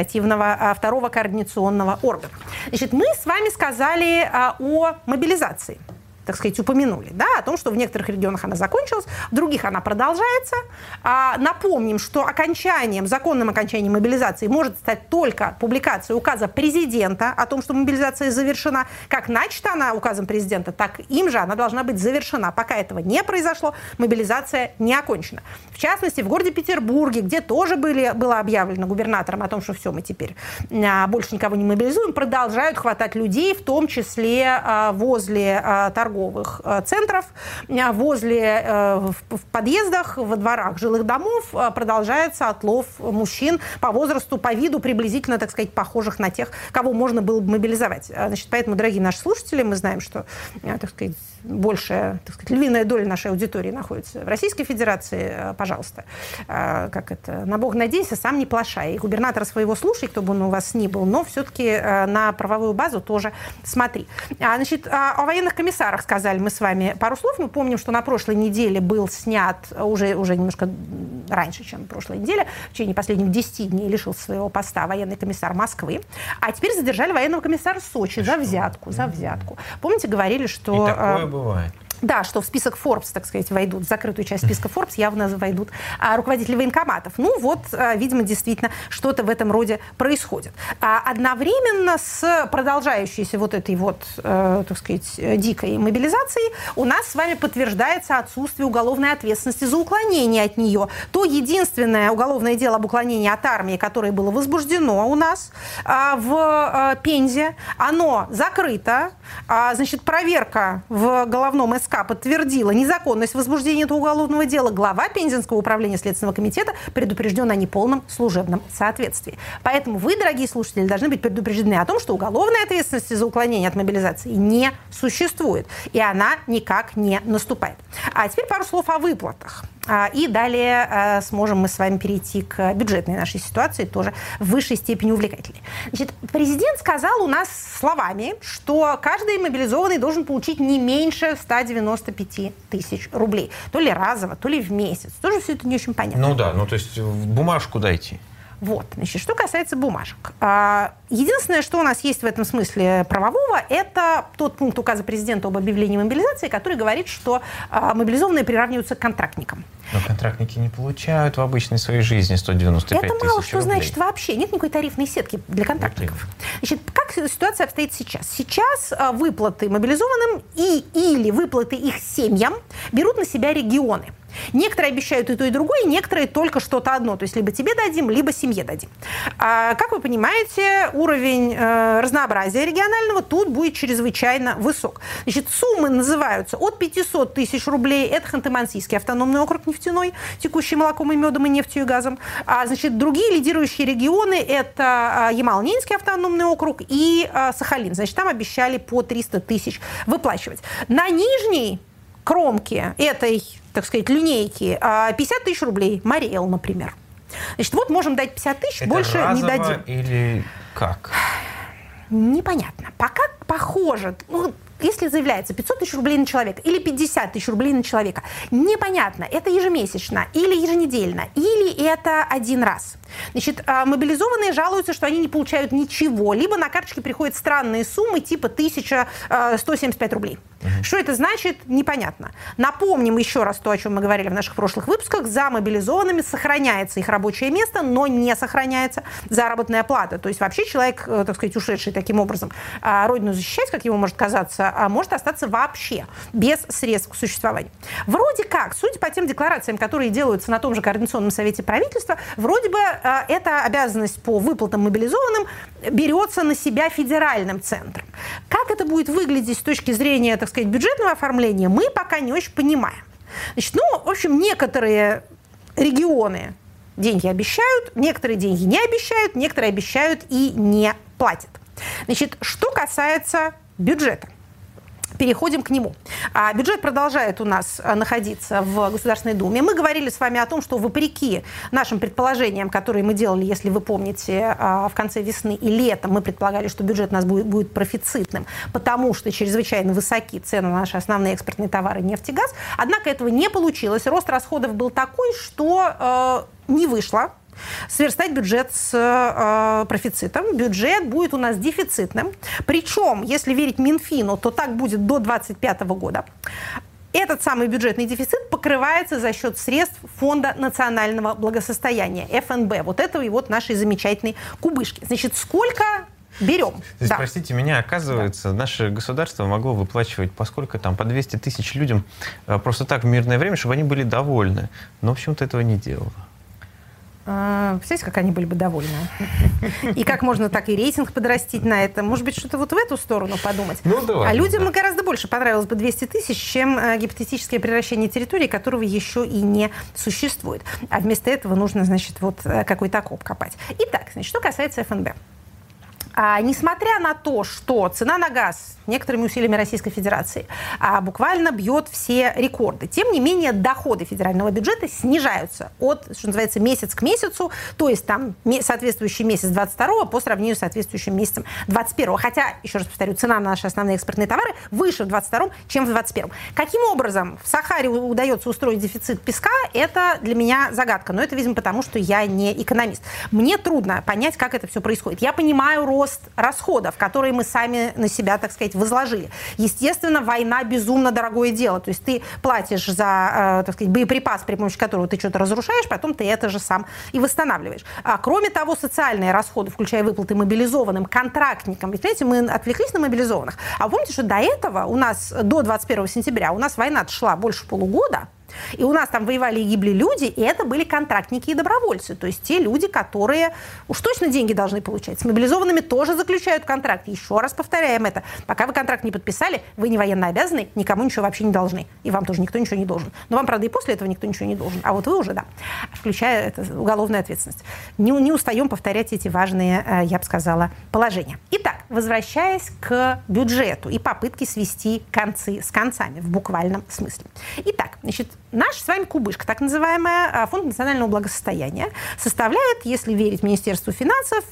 координационного органа. Значит, мы с вами сказали о мобилизации. Так сказать, упомянули, да, о том, что в некоторых регионах она закончилась, в других она продолжается. Напомним, что законным окончанием мобилизации может стать только публикация указа президента о том, что мобилизация завершена. Как начата она указом президента, так им же она должна быть завершена. Пока этого не произошло, мобилизация не окончена. В частности, в городе Петербурге, где тоже было объявлено губернатором о том, что все, мы теперь больше никого не мобилизуем, продолжают хватать людей, в том числе возле торговых центров, возле в подъездах, во дворах жилых домов продолжается отлов мужчин по возрасту, по виду приблизительно, так сказать, похожих на тех, кого можно было бы мобилизовать. Значит, поэтому, дорогие наши слушатели, мы знаем, что, так сказать, большая, так сказать, львиная доля нашей аудитории находится в Российской Федерации. Пожалуйста, на Бог надейся, сам не плашай. И губернатора своего слушай, кто бы он у вас ни был, но все-таки на правовую базу тоже смотри. Значит, о военных комиссарах сказали мы с вами пару слов. Мы помним, что на прошлой неделе был снят, уже немножко раньше, чем прошлой неделе, в течение последних 10 дней лишился своего поста военный комиссар Москвы. А теперь задержали военного комиссара Сочи за взятку. Помните, говорили, что... И такое бывает. Да, что в список Forbes, так сказать, войдут, в закрытую часть списка Forbes явно войдут руководители военкоматов. Ну вот, видимо, действительно что-то в этом роде происходит. Одновременно с продолжающейся вот этой вот, так сказать, дикой мобилизацией у нас с вами подтверждается отсутствие уголовной ответственности за уклонение от нее. То единственное уголовное дело об уклонении от армии, которое было возбуждено у нас в Пензе, оно закрыто. Значит, проверка в головном СК подтвердила незаконность возбуждения этого уголовного дела. Глава Пензенского управления Следственного комитета предупрежден о неполном служебном соответствии. Поэтому вы, дорогие слушатели, должны быть предупреждены о том, что уголовной ответственности за уклонение от мобилизации не существует. И она никак не наступает. А теперь пару слов о выплатах. И далее сможем мы с вами перейти к бюджетной нашей ситуации, тоже в высшей степени увлекательной. Значит, президент сказал у нас словами, что каждый мобилизованный должен получить не меньше 195 тысяч рублей. То ли разово, то ли в месяц. Тоже все это не очень понятно. Ну да, то есть бумажку дайте. Вот, значит, что касается бумажек. Единственное, что у нас есть в этом смысле правового, это тот пункт указа президента об объявлении мобилизации, который говорит, что мобилизованные приравниваются к контрактникам. Но контрактники не получают в обычной своей жизни 195 тысяч рублей. Это мало что рублей. значит вообще. Нет никакой тарифной сетки для контрактников. Значит, как ситуация обстоит сейчас? Сейчас выплаты мобилизованным или выплаты их семьям берут на себя регионы. Некоторые обещают и то, и другое, некоторые только что-то одно. То есть либо тебе дадим, либо семье дадим. Как вы понимаете, уровень разнообразия регионального тут будет чрезвычайно высок. Значит, суммы называются от 500 тысяч рублей. Это Ханты-Мансийский автономный округ нефтяной, текущий молоком и медом, и нефтью, и газом. Значит, другие лидирующие регионы – это Ямало-Ненецкий автономный округ и Сахалин. Значит, там обещали по 300 тысяч выплачивать. На нижней кромке этой, так сказать, линейки 50 тысяч рублей. Мариэл, например. Значит, вот можем дать 50 тысяч, это больше не дадим. Или как? Непонятно. Пока похоже. Если заявляется 500 тысяч рублей на человека или 50 тысяч рублей на человека, непонятно, это ежемесячно или еженедельно, или это один раз. Значит, мобилизованные жалуются, что они не получают ничего, либо на карточке приходят странные суммы типа 1175 рублей. Что это значит, непонятно. Напомним еще раз то, о чем мы говорили в наших прошлых выпусках. За мобилизованными сохраняется их рабочее место, но не сохраняется заработная плата. То есть вообще человек, так сказать, ушедший таким образом родину защищать, как ему может казаться, может остаться вообще без средств к существованию. Вроде как, судя по тем декларациям, которые делаются на том же Координационном совете правительства, вроде бы эта обязанность по выплатам мобилизованным берется на себя федеральным центром. Как это будет выглядеть с точки зрения, так сказать, бюджетного оформления, мы пока не очень понимаем. Значит, в общем, некоторые регионы деньги обещают, некоторые деньги не обещают, некоторые обещают и не платят. Значит, что касается бюджета. Переходим к нему. Бюджет продолжает у нас находиться в Государственной Думе. Мы говорили с вами о том, что вопреки нашим предположениям, которые мы делали, если вы помните, в конце весны и летом, мы предполагали, что бюджет у нас будет профицитным, потому что чрезвычайно высоки цены на наши основные экспортные товары нефть и газ. Однако этого не получилось. Рост расходов был такой, что не вышло сверстать бюджет с профицитом. Бюджет будет у нас дефицитным. Причем, если верить Минфину, то так будет до 2025 года. Этот самый бюджетный дефицит покрывается за счет средств Фонда национального благосостояния, ФНБ. Вот это и вот нашей замечательной кубышки. Значит, сколько берем? То есть, простите меня, оказывается, наше государство могло выплачивать по 200 тысяч людям просто так в мирное время, чтобы они были довольны. Но, в общем-то, этого не делало. Представляете, как они были бы довольны? И как можно так и рейтинг подрастить на это? Может быть, что-то вот в эту сторону подумать? А людям гораздо больше понравилось бы 200 тысяч, чем гипотетическое превращение территории, которого еще и не существует. А вместо этого нужно, значит, вот какой-то окоп копать. Итак, значит, что касается ФНБ. Несмотря на то, что цена на газ некоторыми усилиями Российской Федерации буквально бьет все рекорды, тем не менее доходы федерального бюджета снижаются от, что называется, месяц к месяцу, то есть там соответствующий месяц 22-го по сравнению с соответствующим месяцем 21-го. Хотя, еще раз повторю, цена на наши основные экспортные товары выше в 22-м, чем в 21-м. Каким образом в Сахаре удается устроить дефицит песка, это для меня загадка. Но это, видимо, потому что я не экономист. Мне трудно понять, как это все происходит. Я понимаю рост расходов, которые мы сами на себя, так сказать, возложили. Естественно, война безумно дорогое дело. То есть ты платишь за, так сказать, боеприпас, при помощи которого ты что-то разрушаешь, потом ты это же сам и восстанавливаешь. Кроме того, социальные расходы, включая выплаты мобилизованным, контрактникам. Ведь, знаете, мы отвлеклись на мобилизованных. А вы помните, что до этого у нас, до 21 сентября, у нас война шла больше полугода, и у нас там воевали и гибли люди, и это были контрактники и добровольцы. То есть те люди, которые уж точно деньги должны получать. С мобилизованными тоже заключают контракт. Еще раз повторяем это. Пока вы контракт не подписали, вы не военно обязаны, никому ничего вообще не должны. И вам тоже никто ничего не должен. Но вам, правда, и после этого никто ничего не должен. А вот вы уже, да. Включая это, уголовную ответственность. Не устаем повторять эти важные, я бы сказала, положения. Итак, возвращаясь к бюджету и попытке свести концы с концами в буквальном смысле. Итак, значит, наша с вами кубышка, так называемая, Фонд национального благосостояния, составляет, если верить Министерству финансов,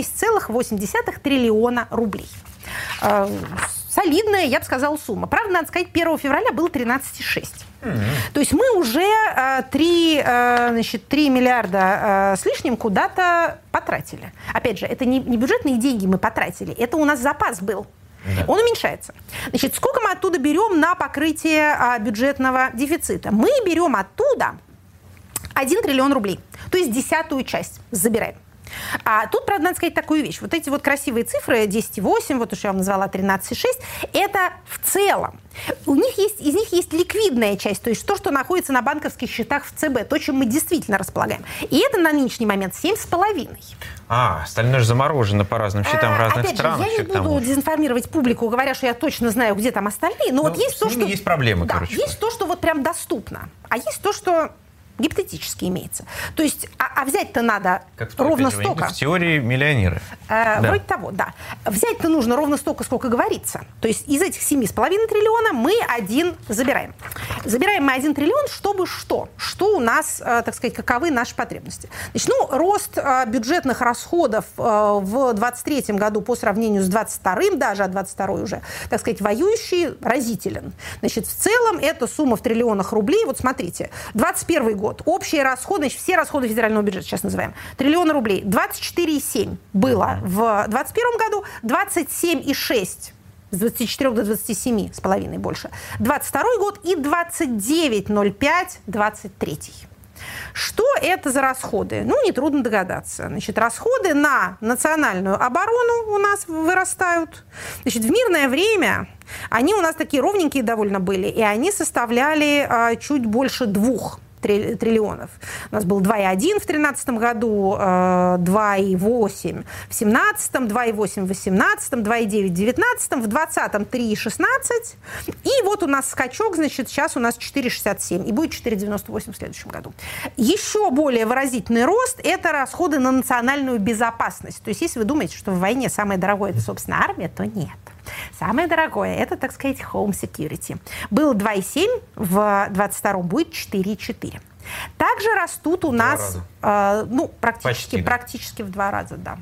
10,8 триллиона рублей. Солидная, я бы сказала, сумма. Правда, надо сказать, 1 февраля было 13,6. То есть мы уже 3 миллиарда с лишним куда-то потратили. Опять же, это не бюджетные деньги мы потратили, это у нас запас был. Да. Он уменьшается. Значит, сколько мы оттуда берем на покрытие бюджетного дефицита? Мы берем оттуда 1 триллион рублей, то есть 10-ю часть забираем. А тут, правда, надо сказать такую вещь. Вот эти вот красивые цифры, 10,8, вот уж я вам назвала 13,6, это в целом. Из них есть ликвидная часть, то есть то, что находится на банковских счетах в ЦБ, то, чем мы действительно располагаем. И это на нынешний момент 7,5. Остальное же заморожено по разным счетам в разных странах. Я не буду дезинформировать публику, говоря, что я точно знаю, где там остальные, но вот есть то, что... есть проблемы, короче. Есть то, что вот прям доступно, а есть то, что... гипотетически имеется. То есть, взять-то надо ровно столько. В теории миллионеры. Вроде того, да. Взять-то нужно ровно столько, сколько говорится. То есть из этих 7,5 триллиона мы 1 забираем. Забираем мы 1 триллион, чтобы что? Что у нас, так сказать, каковы наши потребности? Значит, рост бюджетных расходов в 2023 году по сравнению с 2022, даже, а 2022 уже, так сказать, воюющий, разителен. Значит, в целом эта сумма в триллионах рублей. Вот смотрите, 2021 год. Общие расходы, значит, все расходы федерального бюджета сейчас называем, триллиона рублей. 24,7 было в 2021 году, 27,6 с 24 до 27,5 больше. 22 год и 29,05 23. Что это за расходы? Нетрудно догадаться. Значит, расходы на национальную оборону у нас вырастают. Значит, в мирное время они у нас такие ровненькие довольно были, и они составляли чуть больше 2 триллионов. У нас был 2,1 в 2013 году, 2,8 в 2017, 2,8 в 2018, 2,9 в 2019, в 2020 3,16. И вот у нас скачок, значит, сейчас у нас 4,67 и будет 4,98 в следующем году. Еще более выразительный рост – это расходы на национальную безопасность. То есть если вы думаете, что в войне самое дорогое – это, собственно, армия, то нет. Самое дорогое – это, так сказать, home security. Было 2,7, в 2022 будет 4,4. Также растут у нас, практически в 2 раза, да.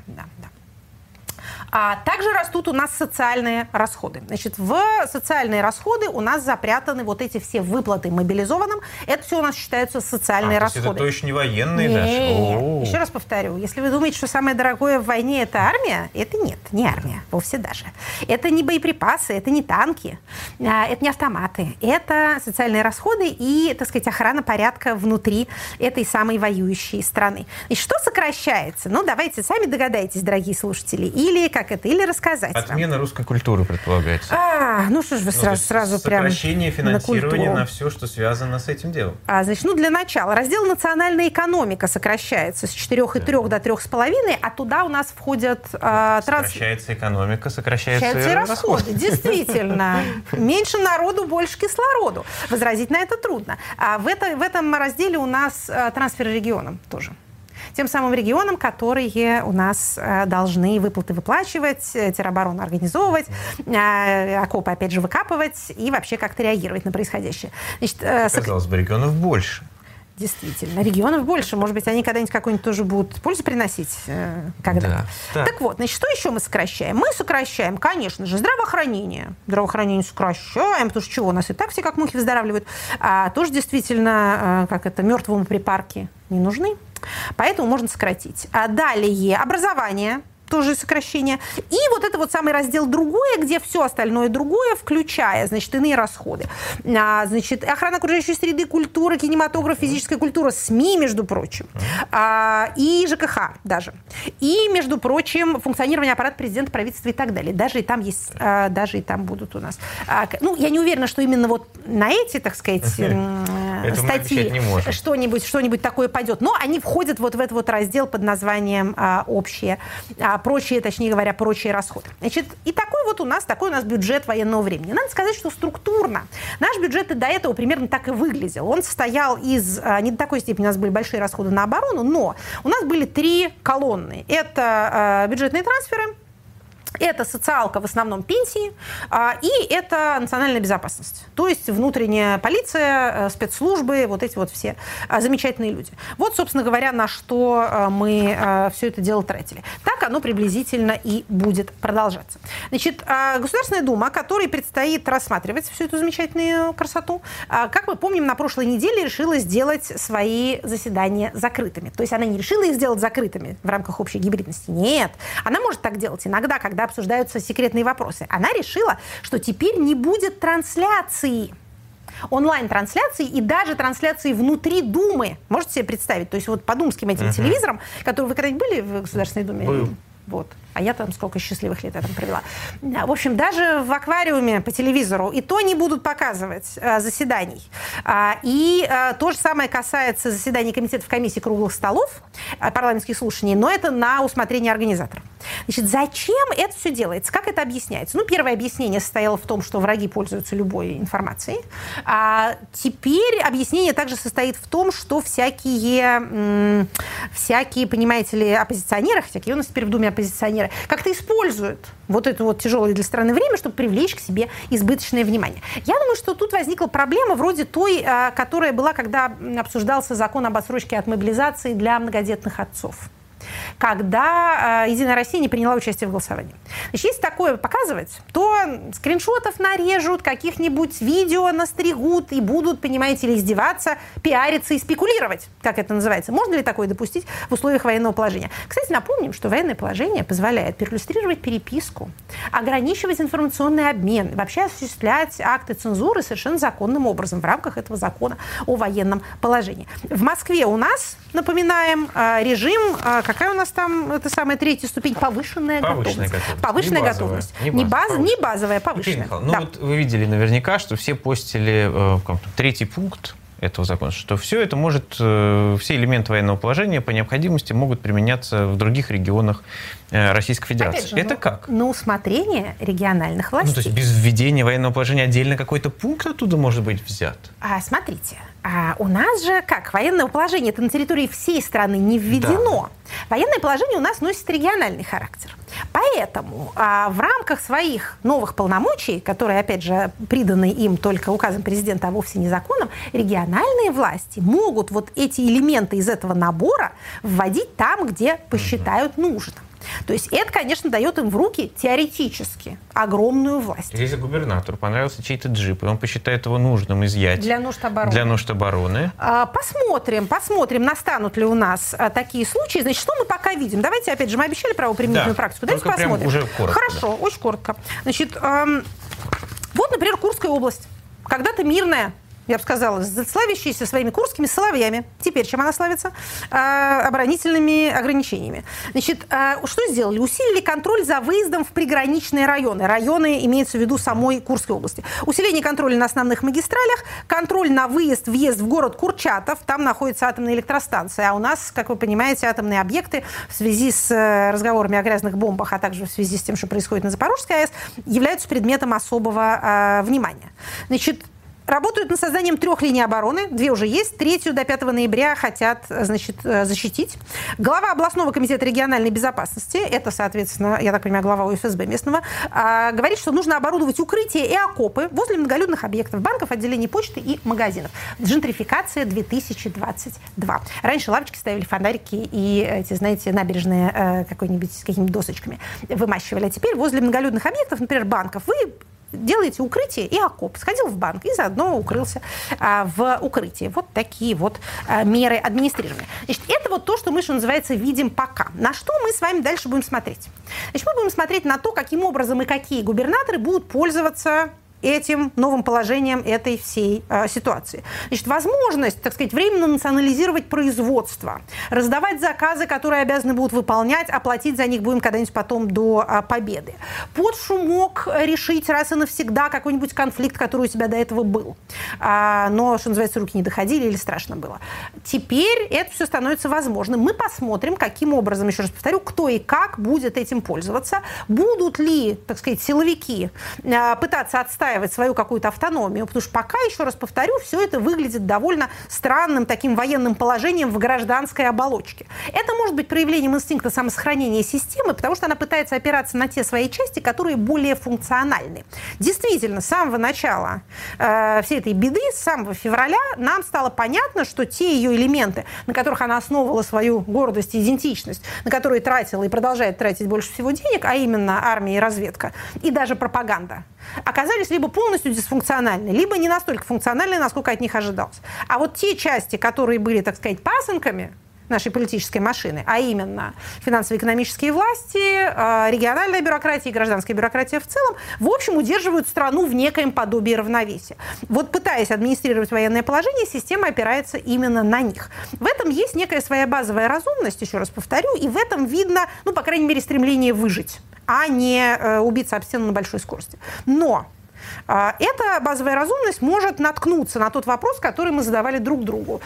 Также растут у нас социальные расходы. Значит, в социальные расходы у нас запрятаны вот эти все выплаты мобилизованным. Это все у нас считаются социальные расходы. Это точно не военные даже? Нет. Еще раз повторю. Если вы думаете, что самое дорогое в войне – это армия, это нет, не армия, вовсе даже. Это не боеприпасы, это не танки, это не автоматы. Это социальные расходы и, так сказать, охрана порядка внутри этой самой воюющей страны. И что сокращается? Давайте сами догадайтесь, дорогие слушатели. Или рассказать Отмена вам. Русской культуры предполагается. Что ж вы сразу прям сокращение финансирования на все, что связано с этим делом. Значит, для начала. Раздел «Национальная экономика» сокращается с 4,3 до 3,5, а туда у нас входят... Сокращается экономика, сокращаются и расходы. Действительно. Меньше народу, больше кислороду. Возразить на это трудно. В этом разделе у нас трансферы регионам тоже. Тем самым регионам, которые у нас должны выплаты выплачивать, тероборону организовывать, окопы, опять же, выкапывать и вообще как-то реагировать на происходящее. Значит, казалось бы, регионов больше. Действительно, регионов больше. Может быть, они когда-нибудь какую-нибудь тоже будут пользу приносить когда-то. Да. Так вот, значит, что еще мы сокращаем? Мы сокращаем, конечно же, здравоохранение. Здравоохранение сокращаем, потому что чего? У нас и так все как мухи выздоравливают. Тоже действительно, мертвому припарки не нужны. Поэтому можно сократить. Далее, образование. Тоже сокращение. И вот это вот самый раздел «Другое», где все остальное другое, включая, значит, иные расходы. Значит, охрана окружающей среды, культура, кинематограф, физическая культура, СМИ, между прочим. И ЖКХ даже. И, между прочим, функционирование аппарата президента, правительства и так далее. Даже и там есть, даже и там будут у нас. Я не уверена, что именно вот на эти, так сказать, статьи что-нибудь такое пойдет. Но они входят вот в этот вот раздел под названием «Общие». Прочие расходы. Значит, и такой у нас бюджет военного времени. Надо сказать, что структурно наш бюджет и до этого примерно так и выглядел. Он состоял из, не до такой степени у нас были большие расходы на оборону, но у нас были 3 колонны. Это бюджетные трансферы, Это социалка, в основном пенсии, и это национальная безопасность. То есть внутренняя полиция, спецслужбы, вот эти вот все замечательные люди. Вот, собственно говоря, на что мы все это дело тратили. Так оно приблизительно и будет продолжаться. Значит, Государственная Дума, которой предстоит рассматривать всю эту замечательную красоту, как мы помним, на прошлой неделе решила сделать свои заседания закрытыми. То есть она не решила их сделать закрытыми в рамках общей гибридности. Нет. Она может так делать иногда, когда обсуждаются секретные вопросы. Она решила, что теперь не будет трансляции, онлайн-трансляции и даже трансляции внутри Думы. Можете себе представить? То есть вот по думским этим телевизорам, которые вы когда-нибудь были в Государственной Думе? Был. Вот. А я там сколько счастливых лет я там провела. В общем, даже в аквариуме по телевизору и то не будут показывать заседаний. И то же самое касается заседаний комитетов, комиссий, круглых столов, парламентских слушаний, но это на усмотрение организаторов. Значит, зачем это все делается? Как это объясняется? Ну, первое объяснение состояло в том, что враги пользуются любой информацией. А теперь объяснение также состоит в том, что всякие, понимаете ли, оппозиционеры, хотя какие у нас теперь в Думе оппозиционеры, как-то используют вот это вот тяжелое для страны время, чтобы привлечь к себе избыточное внимание. Я думаю, что тут возникла проблема вроде той, которая была, когда обсуждался закон об отсрочке от мобилизации для многодетных отцов, когда «Единая Россия» не приняла участие в голосовании. Значит, если такое показывать, то скриншотов нарежут, каких-нибудь видео настригут и будут, понимаете ли, издеваться, пиариться и спекулировать, как это называется. Можно ли такое допустить в условиях военного положения? Кстати, напомним, что военное положение позволяет перлюстрировать переписку, ограничивать информационный обмен, вообще осуществлять акты цензуры совершенно законным образом в рамках этого закона о военном положении. В Москве у нас, напоминаем, режим, какая у нас там, это самая третья ступень, повышенная готовность. Повышенная готовность. Не базовая, повышенная. Ну вот вы видели наверняка, что все постили третий пункт этого закона, что все это может, все элементы военного положения по необходимости могут применяться в других регионах Российской Федерации. Опять же, это как? На усмотрение региональных властей. Ну, то есть без введения военного положения отдельно какой-то пункт оттуда может быть взят? Смотрите, у нас же как? Военное положение это на территории всей страны не введено. Да. Военное положение у нас носит региональный характер. Поэтому в рамках своих новых полномочий, которые, опять же, приданы им только указом президента, а вовсе не законом, региональные власти могут вот эти элементы из этого набора вводить там, где посчитают нужным. То есть это, конечно, дает им в руки теоретически огромную власть. Если губернатору понравился чей-то джип, и он посчитает его нужным изъять для нужд обороны. Посмотрим, настанут ли у нас такие случаи. Значит, что мы пока видим? Давайте, опять же, мы обещали правоприменительную практику. Давайте посмотрим. Уже коротко, Хорошо, очень коротко. Значит, вот, например, Курская область. Когда-то мирная, я бы сказала, славящаяся своими курскими соловьями. Теперь чем она славится? Оборонительными ограничениями. Значит, что сделали? Усилили контроль за выездом в приграничные районы. Районы имеются в виду самой Курской области. Усиление контроля на основных магистралях, контроль на въезд в город Курчатов. Там находится атомная электростанция. А у нас, как вы понимаете, атомные объекты в связи с разговорами о грязных бомбах, а также в связи с тем, что происходит на Запорожской АЭС, являются предметом особого внимания. Значит, работают над созданием 3 линий обороны, 2 уже есть, 3-ю до 5 ноября хотят, значит, защитить. Глава областного комитета региональной безопасности, это, соответственно, я так понимаю, глава УФСБ местного, говорит, что нужно оборудовать укрытия и окопы возле многолюдных объектов, банков, отделений почты и магазинов. Джентрификация 2022. Раньше лавочки ставили, фонарики и эти, знаете, набережные с какими-нибудь досочками вымащивали. А теперь возле многолюдных объектов, например, банков, вы делаете укрытие и окоп. Сходил в банк и заодно укрылся в укрытии. Вот такие вот меры администрирования. Значит, это вот то, что мы, что называется, видим пока. На что мы с вами дальше будем смотреть? Значит, мы будем смотреть на то, каким образом и какие губернаторы будут пользоваться этим новым положением этой всей ситуации. Значит, возможность, так сказать, временно национализировать производство, раздавать заказы, которые обязаны будут выполнять, оплатить за них будем когда-нибудь потом до победы. Под шумок решить раз и навсегда какой-нибудь конфликт, который у тебя до этого был. Но, что называется, руки не доходили или страшно было. Теперь это все становится возможным. Мы посмотрим, каким образом, еще раз повторю, кто и как будет этим пользоваться. Будут ли, так сказать, силовики пытаться отстаивать отстаивать свою какую-то автономию, потому что пока, еще раз повторю, все это выглядит довольно странным таким военным положением в гражданской оболочке. Это может быть проявлением инстинкта самосохранения системы, потому что она пытается опираться на те свои части, которые более функциональны. Действительно, с самого начала всей этой беды, с самого февраля, нам стало понятно, что те ее элементы, на которых она основывала свою гордость и идентичность, на которые тратила и продолжает тратить больше всего денег, а именно армия и разведка, и даже пропаганда, оказались либо полностью дисфункциональны, либо не настолько функциональны, насколько от них ожидалось. А вот те части, которые были, так сказать, пасынками нашей политической машины, а именно финансово-экономические власти, региональная бюрократия и гражданская бюрократия в целом, в общем, удерживают страну в некоем подобии равновесия. Вот пытаясь администрировать военное положение, система опирается именно на них. В этом есть некая своя базовая разумность, еще раз повторю, и в этом видно, ну, по крайней мере, стремление выжить, а не убиться об стену на большой скорости. Но эта базовая разумность может наткнуться на тот вопрос, который мы задавали друг другу.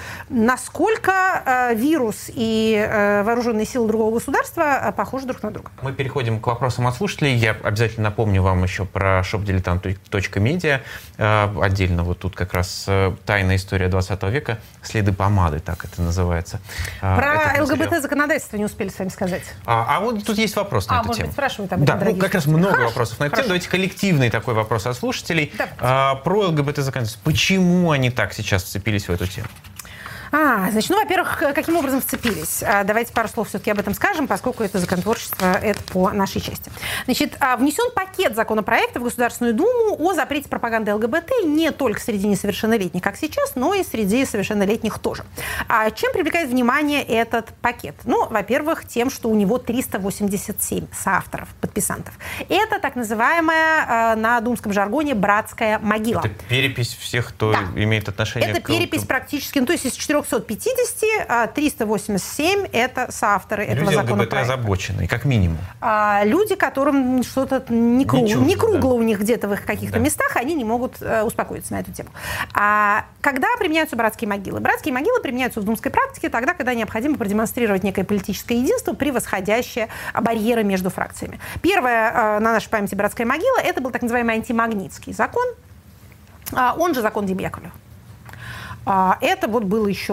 Насколько вирус и вооруженные силы другого государства похожи друг на друга? Мы переходим к вопросам от слушателей. Я обязательно напомню вам еще про shopdilettant.media. Отдельно вот тут как раз тайная история 20 века. Следы помады, так это называется. Про ЛГБТ-законодательство не успели с вами сказать. А вот тут есть вопрос на эту тему. Может быть, спрашивают об этом, да, как раз много вопросов на эту тему. Давайте коллективный такой вопрос от слушателей. Про ЛГБТ-законодательство. Почему они так сейчас вцепились в эту тему? Значит, во-первых, каким образом вцепились? Давайте пару слов все-таки об этом скажем, поскольку это законотворчество, это по нашей части. Значит, внесен пакет законопроекта в Государственную Думу о запрете пропаганды ЛГБТ не только среди несовершеннолетних, как сейчас, но и среди совершеннолетних тоже. Чем привлекает внимание этот пакет? Ну, во-первых, тем, что у него 387 соавторов, подписантов. Это так называемая на думском жаргоне братская могила. Это перепись всех, кто имеет отношение Это перепись практически, ну, то есть из 450, 387 – это соавторы этого законопроекта. Люди озабоченные, как минимум. Люди, которым что-то не кругло у них где-то в их каких-то местах, они не могут успокоиться на эту тему. Когда применяются братские могилы? Братские могилы применяются в думской практике тогда, когда необходимо продемонстрировать некое политическое единство, превосходящее барьеры между фракциями. Первая на нашей памяти братская могила – это был так называемый антимагнитский закон, он же закон Демьякова. Это вот было еще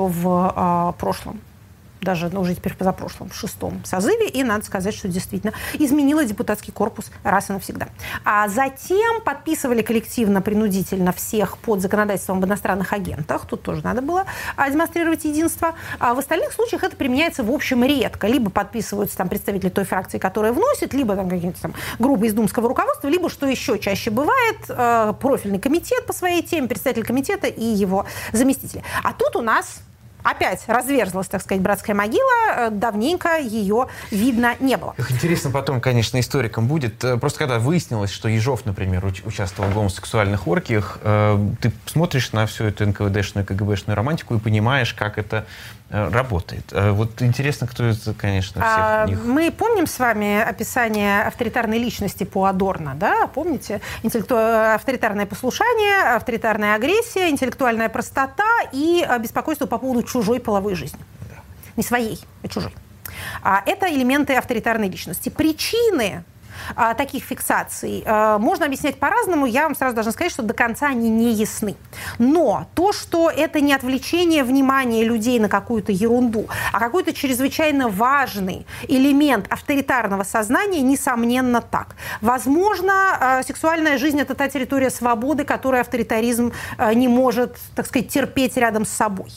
в прошлом, даже уже теперь позапрошлом, в 6-м созыве, и надо сказать, что действительно изменило депутатский корпус раз и навсегда. А затем подписывали коллективно, принудительно всех под законодательством об иностранных агентах, тут тоже надо было демонстрировать единство. В остальных случаях это применяется, в общем, редко. Либо подписываются там представители той фракции, которая вносит, либо там какие-то там группы из думского руководства, либо, что еще чаще бывает, профильный комитет по своей теме, представитель комитета и его заместители. А тут у нас опять разверзлась, так сказать, братская могила. Давненько ее видно не было. Интересно потом, конечно, историкам будет. Просто когда выяснилось, что Ежов, например, участвовал в гомосексуальных оргиях, ты смотришь на всю эту НКВДшную, КГБшную романтику и понимаешь, как это работает. Вот интересно, кто это, конечно, всех них. Мы помним с вами описание авторитарной личности по Адорно, да? Помните? Авторитарное послушание, авторитарная агрессия, интеллектуальная простота и беспокойство по поводу чужой половой жизни. Да. Не своей, а чужой. Это элементы авторитарной личности. Причины таких фиксаций можно объяснять по-разному. Я вам сразу должна сказать, что до конца они не ясны. Но то, что это не отвлечение внимания людей на какую-то ерунду, а какой-то чрезвычайно важный элемент авторитарного сознания, несомненно так. Возможно, сексуальная жизнь – это та территория свободы, которую авторитаризм не может, так сказать, терпеть рядом с собой.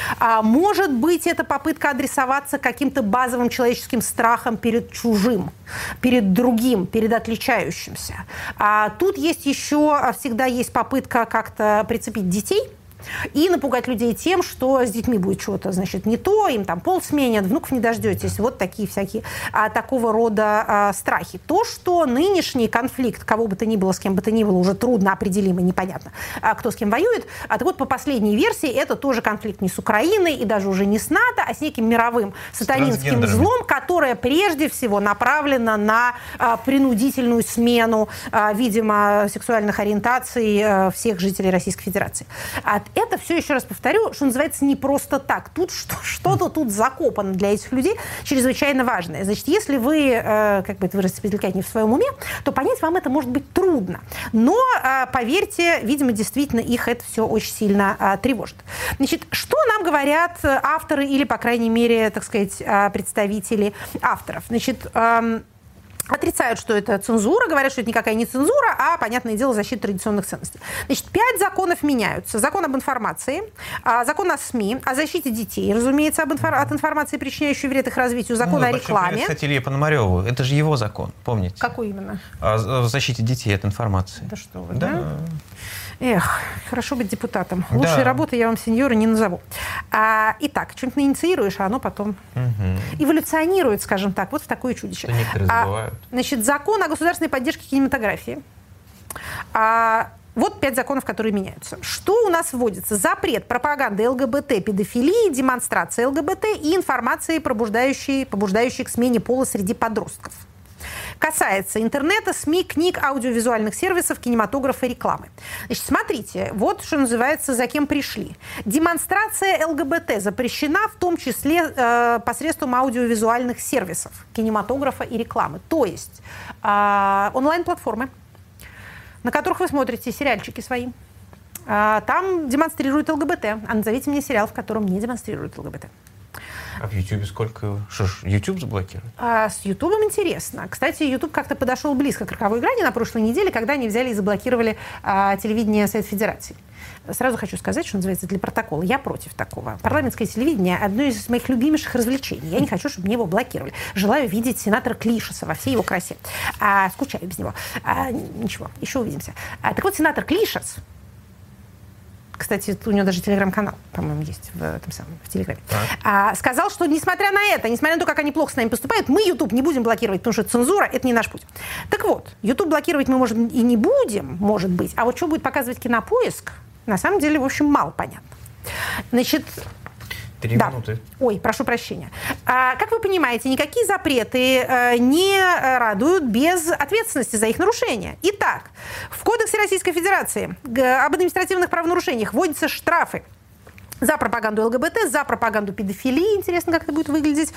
Может быть, это попытка адресоваться каким-то базовым человеческим страхом перед чужим, перед другим, перед отличающимся. Тут есть еще, всегда есть попытка как-то прицепить детей и напугать людей тем, что с детьми будет что-то, значит, не то, им там пол сменят, внуков не дождетесь. Вот такие всякие такого рода страхи. То, что нынешний конфликт, кого бы то ни было, с кем бы то ни было, уже трудно определимо, непонятно, кто с кем воюет. Так вот, по последней версии, это тоже конфликт не с Украиной и даже уже не с НАТО, а с неким мировым сатанинским злом, которое прежде всего направлено на принудительную смену, видимо, сексуальных ориентаций всех жителей Российской Федерации. Это все, еще раз повторю, что называется, не просто так. Тут что-то тут закопано для этих людей чрезвычайно важное. Значит, если вы, как бы это выразиться не в своем уме, то понять вам это может быть трудно. Но, поверьте, видимо, действительно их это все очень сильно тревожит. Значит, что нам говорят авторы или, по крайней мере, так сказать, представители авторов? Значит, отрицают, что это цензура, говорят, что это никакая не цензура, а, понятное дело, защита традиционных ценностей. Значит, 5 законов меняются. Закон об информации, закон о СМИ, о защите детей, разумеется, от информации, причиняющей вред их развитию, закон о рекламе. Привет, кстати, Илье Пономареву. Это же его закон, помните? Какой именно? О защите детей от информации. Да что вы, да? Эх, хорошо быть депутатом. Лучшей работы я вам, сеньоры, не назову. Итак, что-нибудь инициируешь, а оно потом эволюционирует, скажем так, вот в такое чудище. Да, некоторые забывают. Значит, закон о государственной поддержке кинематографии. Вот 5 законов, которые меняются. Что у нас вводится? Запрет пропаганды ЛГБТ, педофилии, демонстрации ЛГБТ и информации, побуждающей к смене пола среди подростков. Касается интернета, СМИ, книг, аудиовизуальных сервисов, кинематографа и рекламы. Значит, смотрите, вот что называется «За кем пришли». Демонстрация ЛГБТ запрещена в том числе посредством аудиовизуальных сервисов, кинематографа и рекламы. То есть онлайн-платформы, на которых вы смотрите сериальчики свои. Там демонстрируют ЛГБТ. А назовите мне сериал, в котором не демонстрируют ЛГБТ. А в Ютубе сколько? Что ж, Ютуб заблокируют? С Ютубом интересно. Кстати, Ютуб как-то подошел близко к роковой грани на прошлой неделе, когда они взяли и заблокировали телевидение Совет Федерации. Сразу хочу сказать, что называется, для протокола. Я против такого. Парламентское телевидение – одно из моих любимейших развлечений. Я не хочу, чтобы мне его блокировали. Желаю видеть сенатора Клишеса во всей его красе. Скучаю без него. Ничего, еще увидимся. Так вот, сенатор Клишес, кстати, у него даже телеграм-канал, по-моему, есть в Телеграме. Сказал, что несмотря на это, несмотря на то, как они плохо с нами поступают, мы YouTube не будем блокировать, потому что цензура – это не наш путь. Так вот, YouTube блокировать мы, может, и не будем, может быть, а вот что будет показывать Кинопоиск, на самом деле, в общем, мало понятно. Значит, 3 минуты. Ой, прошу прощения. Как вы понимаете, никакие запреты не радуют без ответственности за их нарушение. Итак, в Кодексе Российской Федерации об административных правонарушениях вводятся штрафы за пропаганду ЛГБТ, за пропаганду педофилии. Интересно, как это будет выглядеть.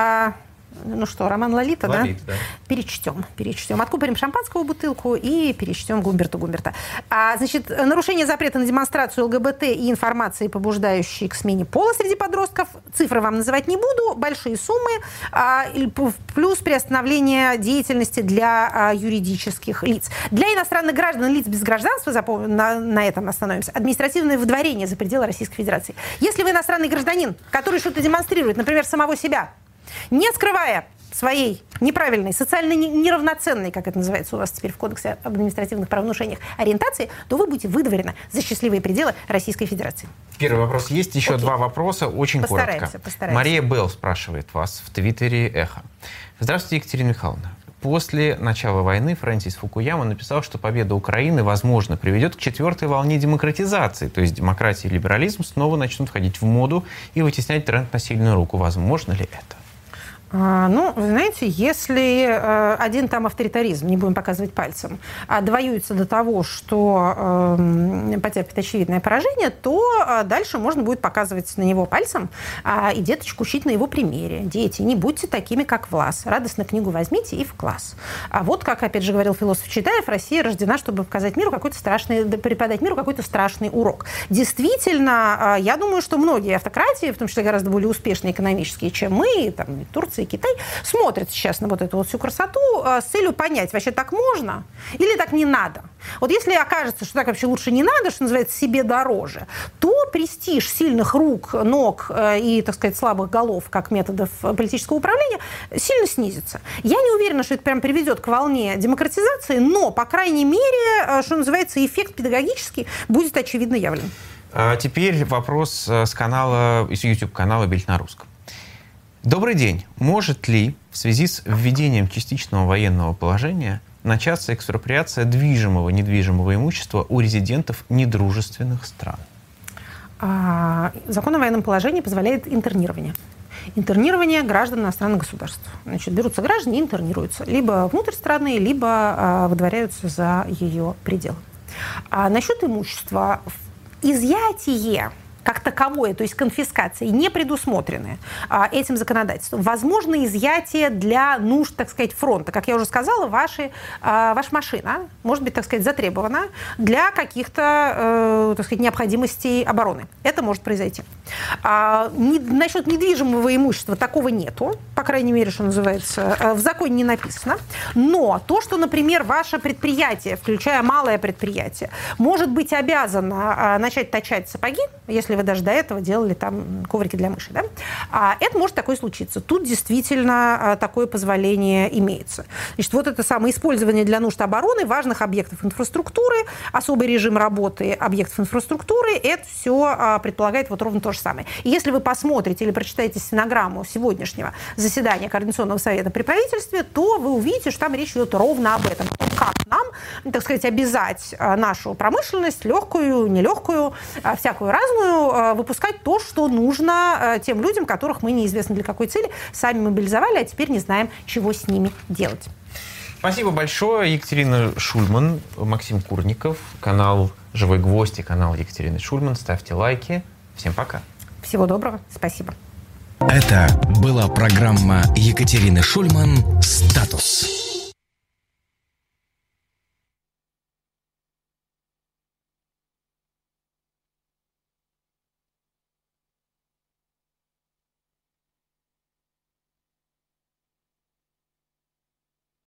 Ну что, роман Лолита, да? Перечтем. Откупорим шампанского бутылку и перечтем Гумберта. Значит, нарушение запрета на демонстрацию ЛГБТ и информации, побуждающей к смене пола среди подростков. Цифры вам называть не буду. Большие суммы. Плюс приостановление деятельности для юридических лиц. Для иностранных граждан, лиц без гражданства, на этом остановимся, административное выдворение за пределы Российской Федерации. Если вы иностранный гражданин, который что-то демонстрирует, например, самого себя, не скрывая своей неправильной, социально неравноценной, как это называется у вас теперь в Кодексе об административных правонарушениях, ориентации, то вы будете выдворены за счастливые пределы Российской Федерации. Первый вопрос. Есть еще 2 вопроса, очень коротко. Мария Белл спрашивает вас в Твиттере «Эхо». Здравствуйте, Екатерина Михайловна. После начала войны Фрэнсис Фукуяма написал, что победа Украины, возможно, приведет к 4-й волне демократизации, то есть демократия и либерализм снова начнут входить в моду и вытеснять тренд на сильную руку. Возможно ли это? Ну, вы знаете, если один там авторитаризм, не будем показывать пальцем, довоюется до того, что потерпит очевидное поражение, то дальше можно будет показывать на него пальцем и деточку учить на его примере. Дети, не будьте такими, как Влас. Радостно книгу возьмите и в класс. А вот, как опять же говорил философ Читаев, Россия рождена, чтобы показать миру преподать миру какой-то страшный урок. Действительно, я думаю, что многие автократии, в том числе гораздо более успешные экономические, чем мы, там, Турция и Китай, смотрят сейчас на вот эту вот всю красоту с целью понять, вообще так можно или так не надо. Вот если окажется, что так вообще лучше не надо, что называется, себе дороже, то престиж сильных рук, ног и, так сказать, слабых голов, как методов политического управления, сильно снизится. Я не уверена, что это прям приведет к волне демократизации, но, по крайней мере, что называется, эффект педагогический будет очевидно явлен. Теперь вопрос с YouTube-канала «Бильд на русском». Добрый день. Может ли в связи с введением частичного военного положения начаться экспроприация движимого, недвижимого имущества у резидентов недружественных стран? Закон о военном положении позволяет интернирование. Интернирование граждан иностранных государств. Значит, берутся граждане и интернируются. Либо внутрь страны, либо выдворяются за ее пределы. Насчет имущества изъятие как таковое, то есть конфискации, не предусмотрены этим законодательством. Возможно изъятие для нужд, так сказать, фронта. Как я уже сказала, ваша машина может быть, так сказать, затребована для каких-то, так сказать, необходимостей обороны. Это может произойти. Насчет недвижимого имущества такого нету, по крайней мере, что называется, в законе не написано. Но то, что, например, ваше предприятие, включая малое предприятие, может быть обязано начать точать сапоги, если вы даже до этого делали там коврики для мыши, да? Это может такое случиться. Тут действительно такое позволение имеется. Значит, вот это самое использование для нужд обороны важных объектов инфраструктуры, особый режим работы объектов инфраструктуры, это все предполагает вот ровно то же самое. И если вы посмотрите или прочитаете стенограмму сегодняшнего заседания Координационного совета при правительстве, то вы увидите, что там речь идет ровно об этом. Как нам, так сказать, обязать нашу промышленность, легкую, нелегкую, всякую разную, выпускать то, что нужно тем людям, которых мы неизвестно для какой цели сами мобилизовали, а теперь не знаем, чего с ними делать. Спасибо большое. Екатерина Шульман, Максим Курников, канал «Живой гвоздь» и канал Екатерины Шульман. Ставьте лайки. Всем пока. Всего доброго. Спасибо. Это была программа Екатерины Шульман «Статус».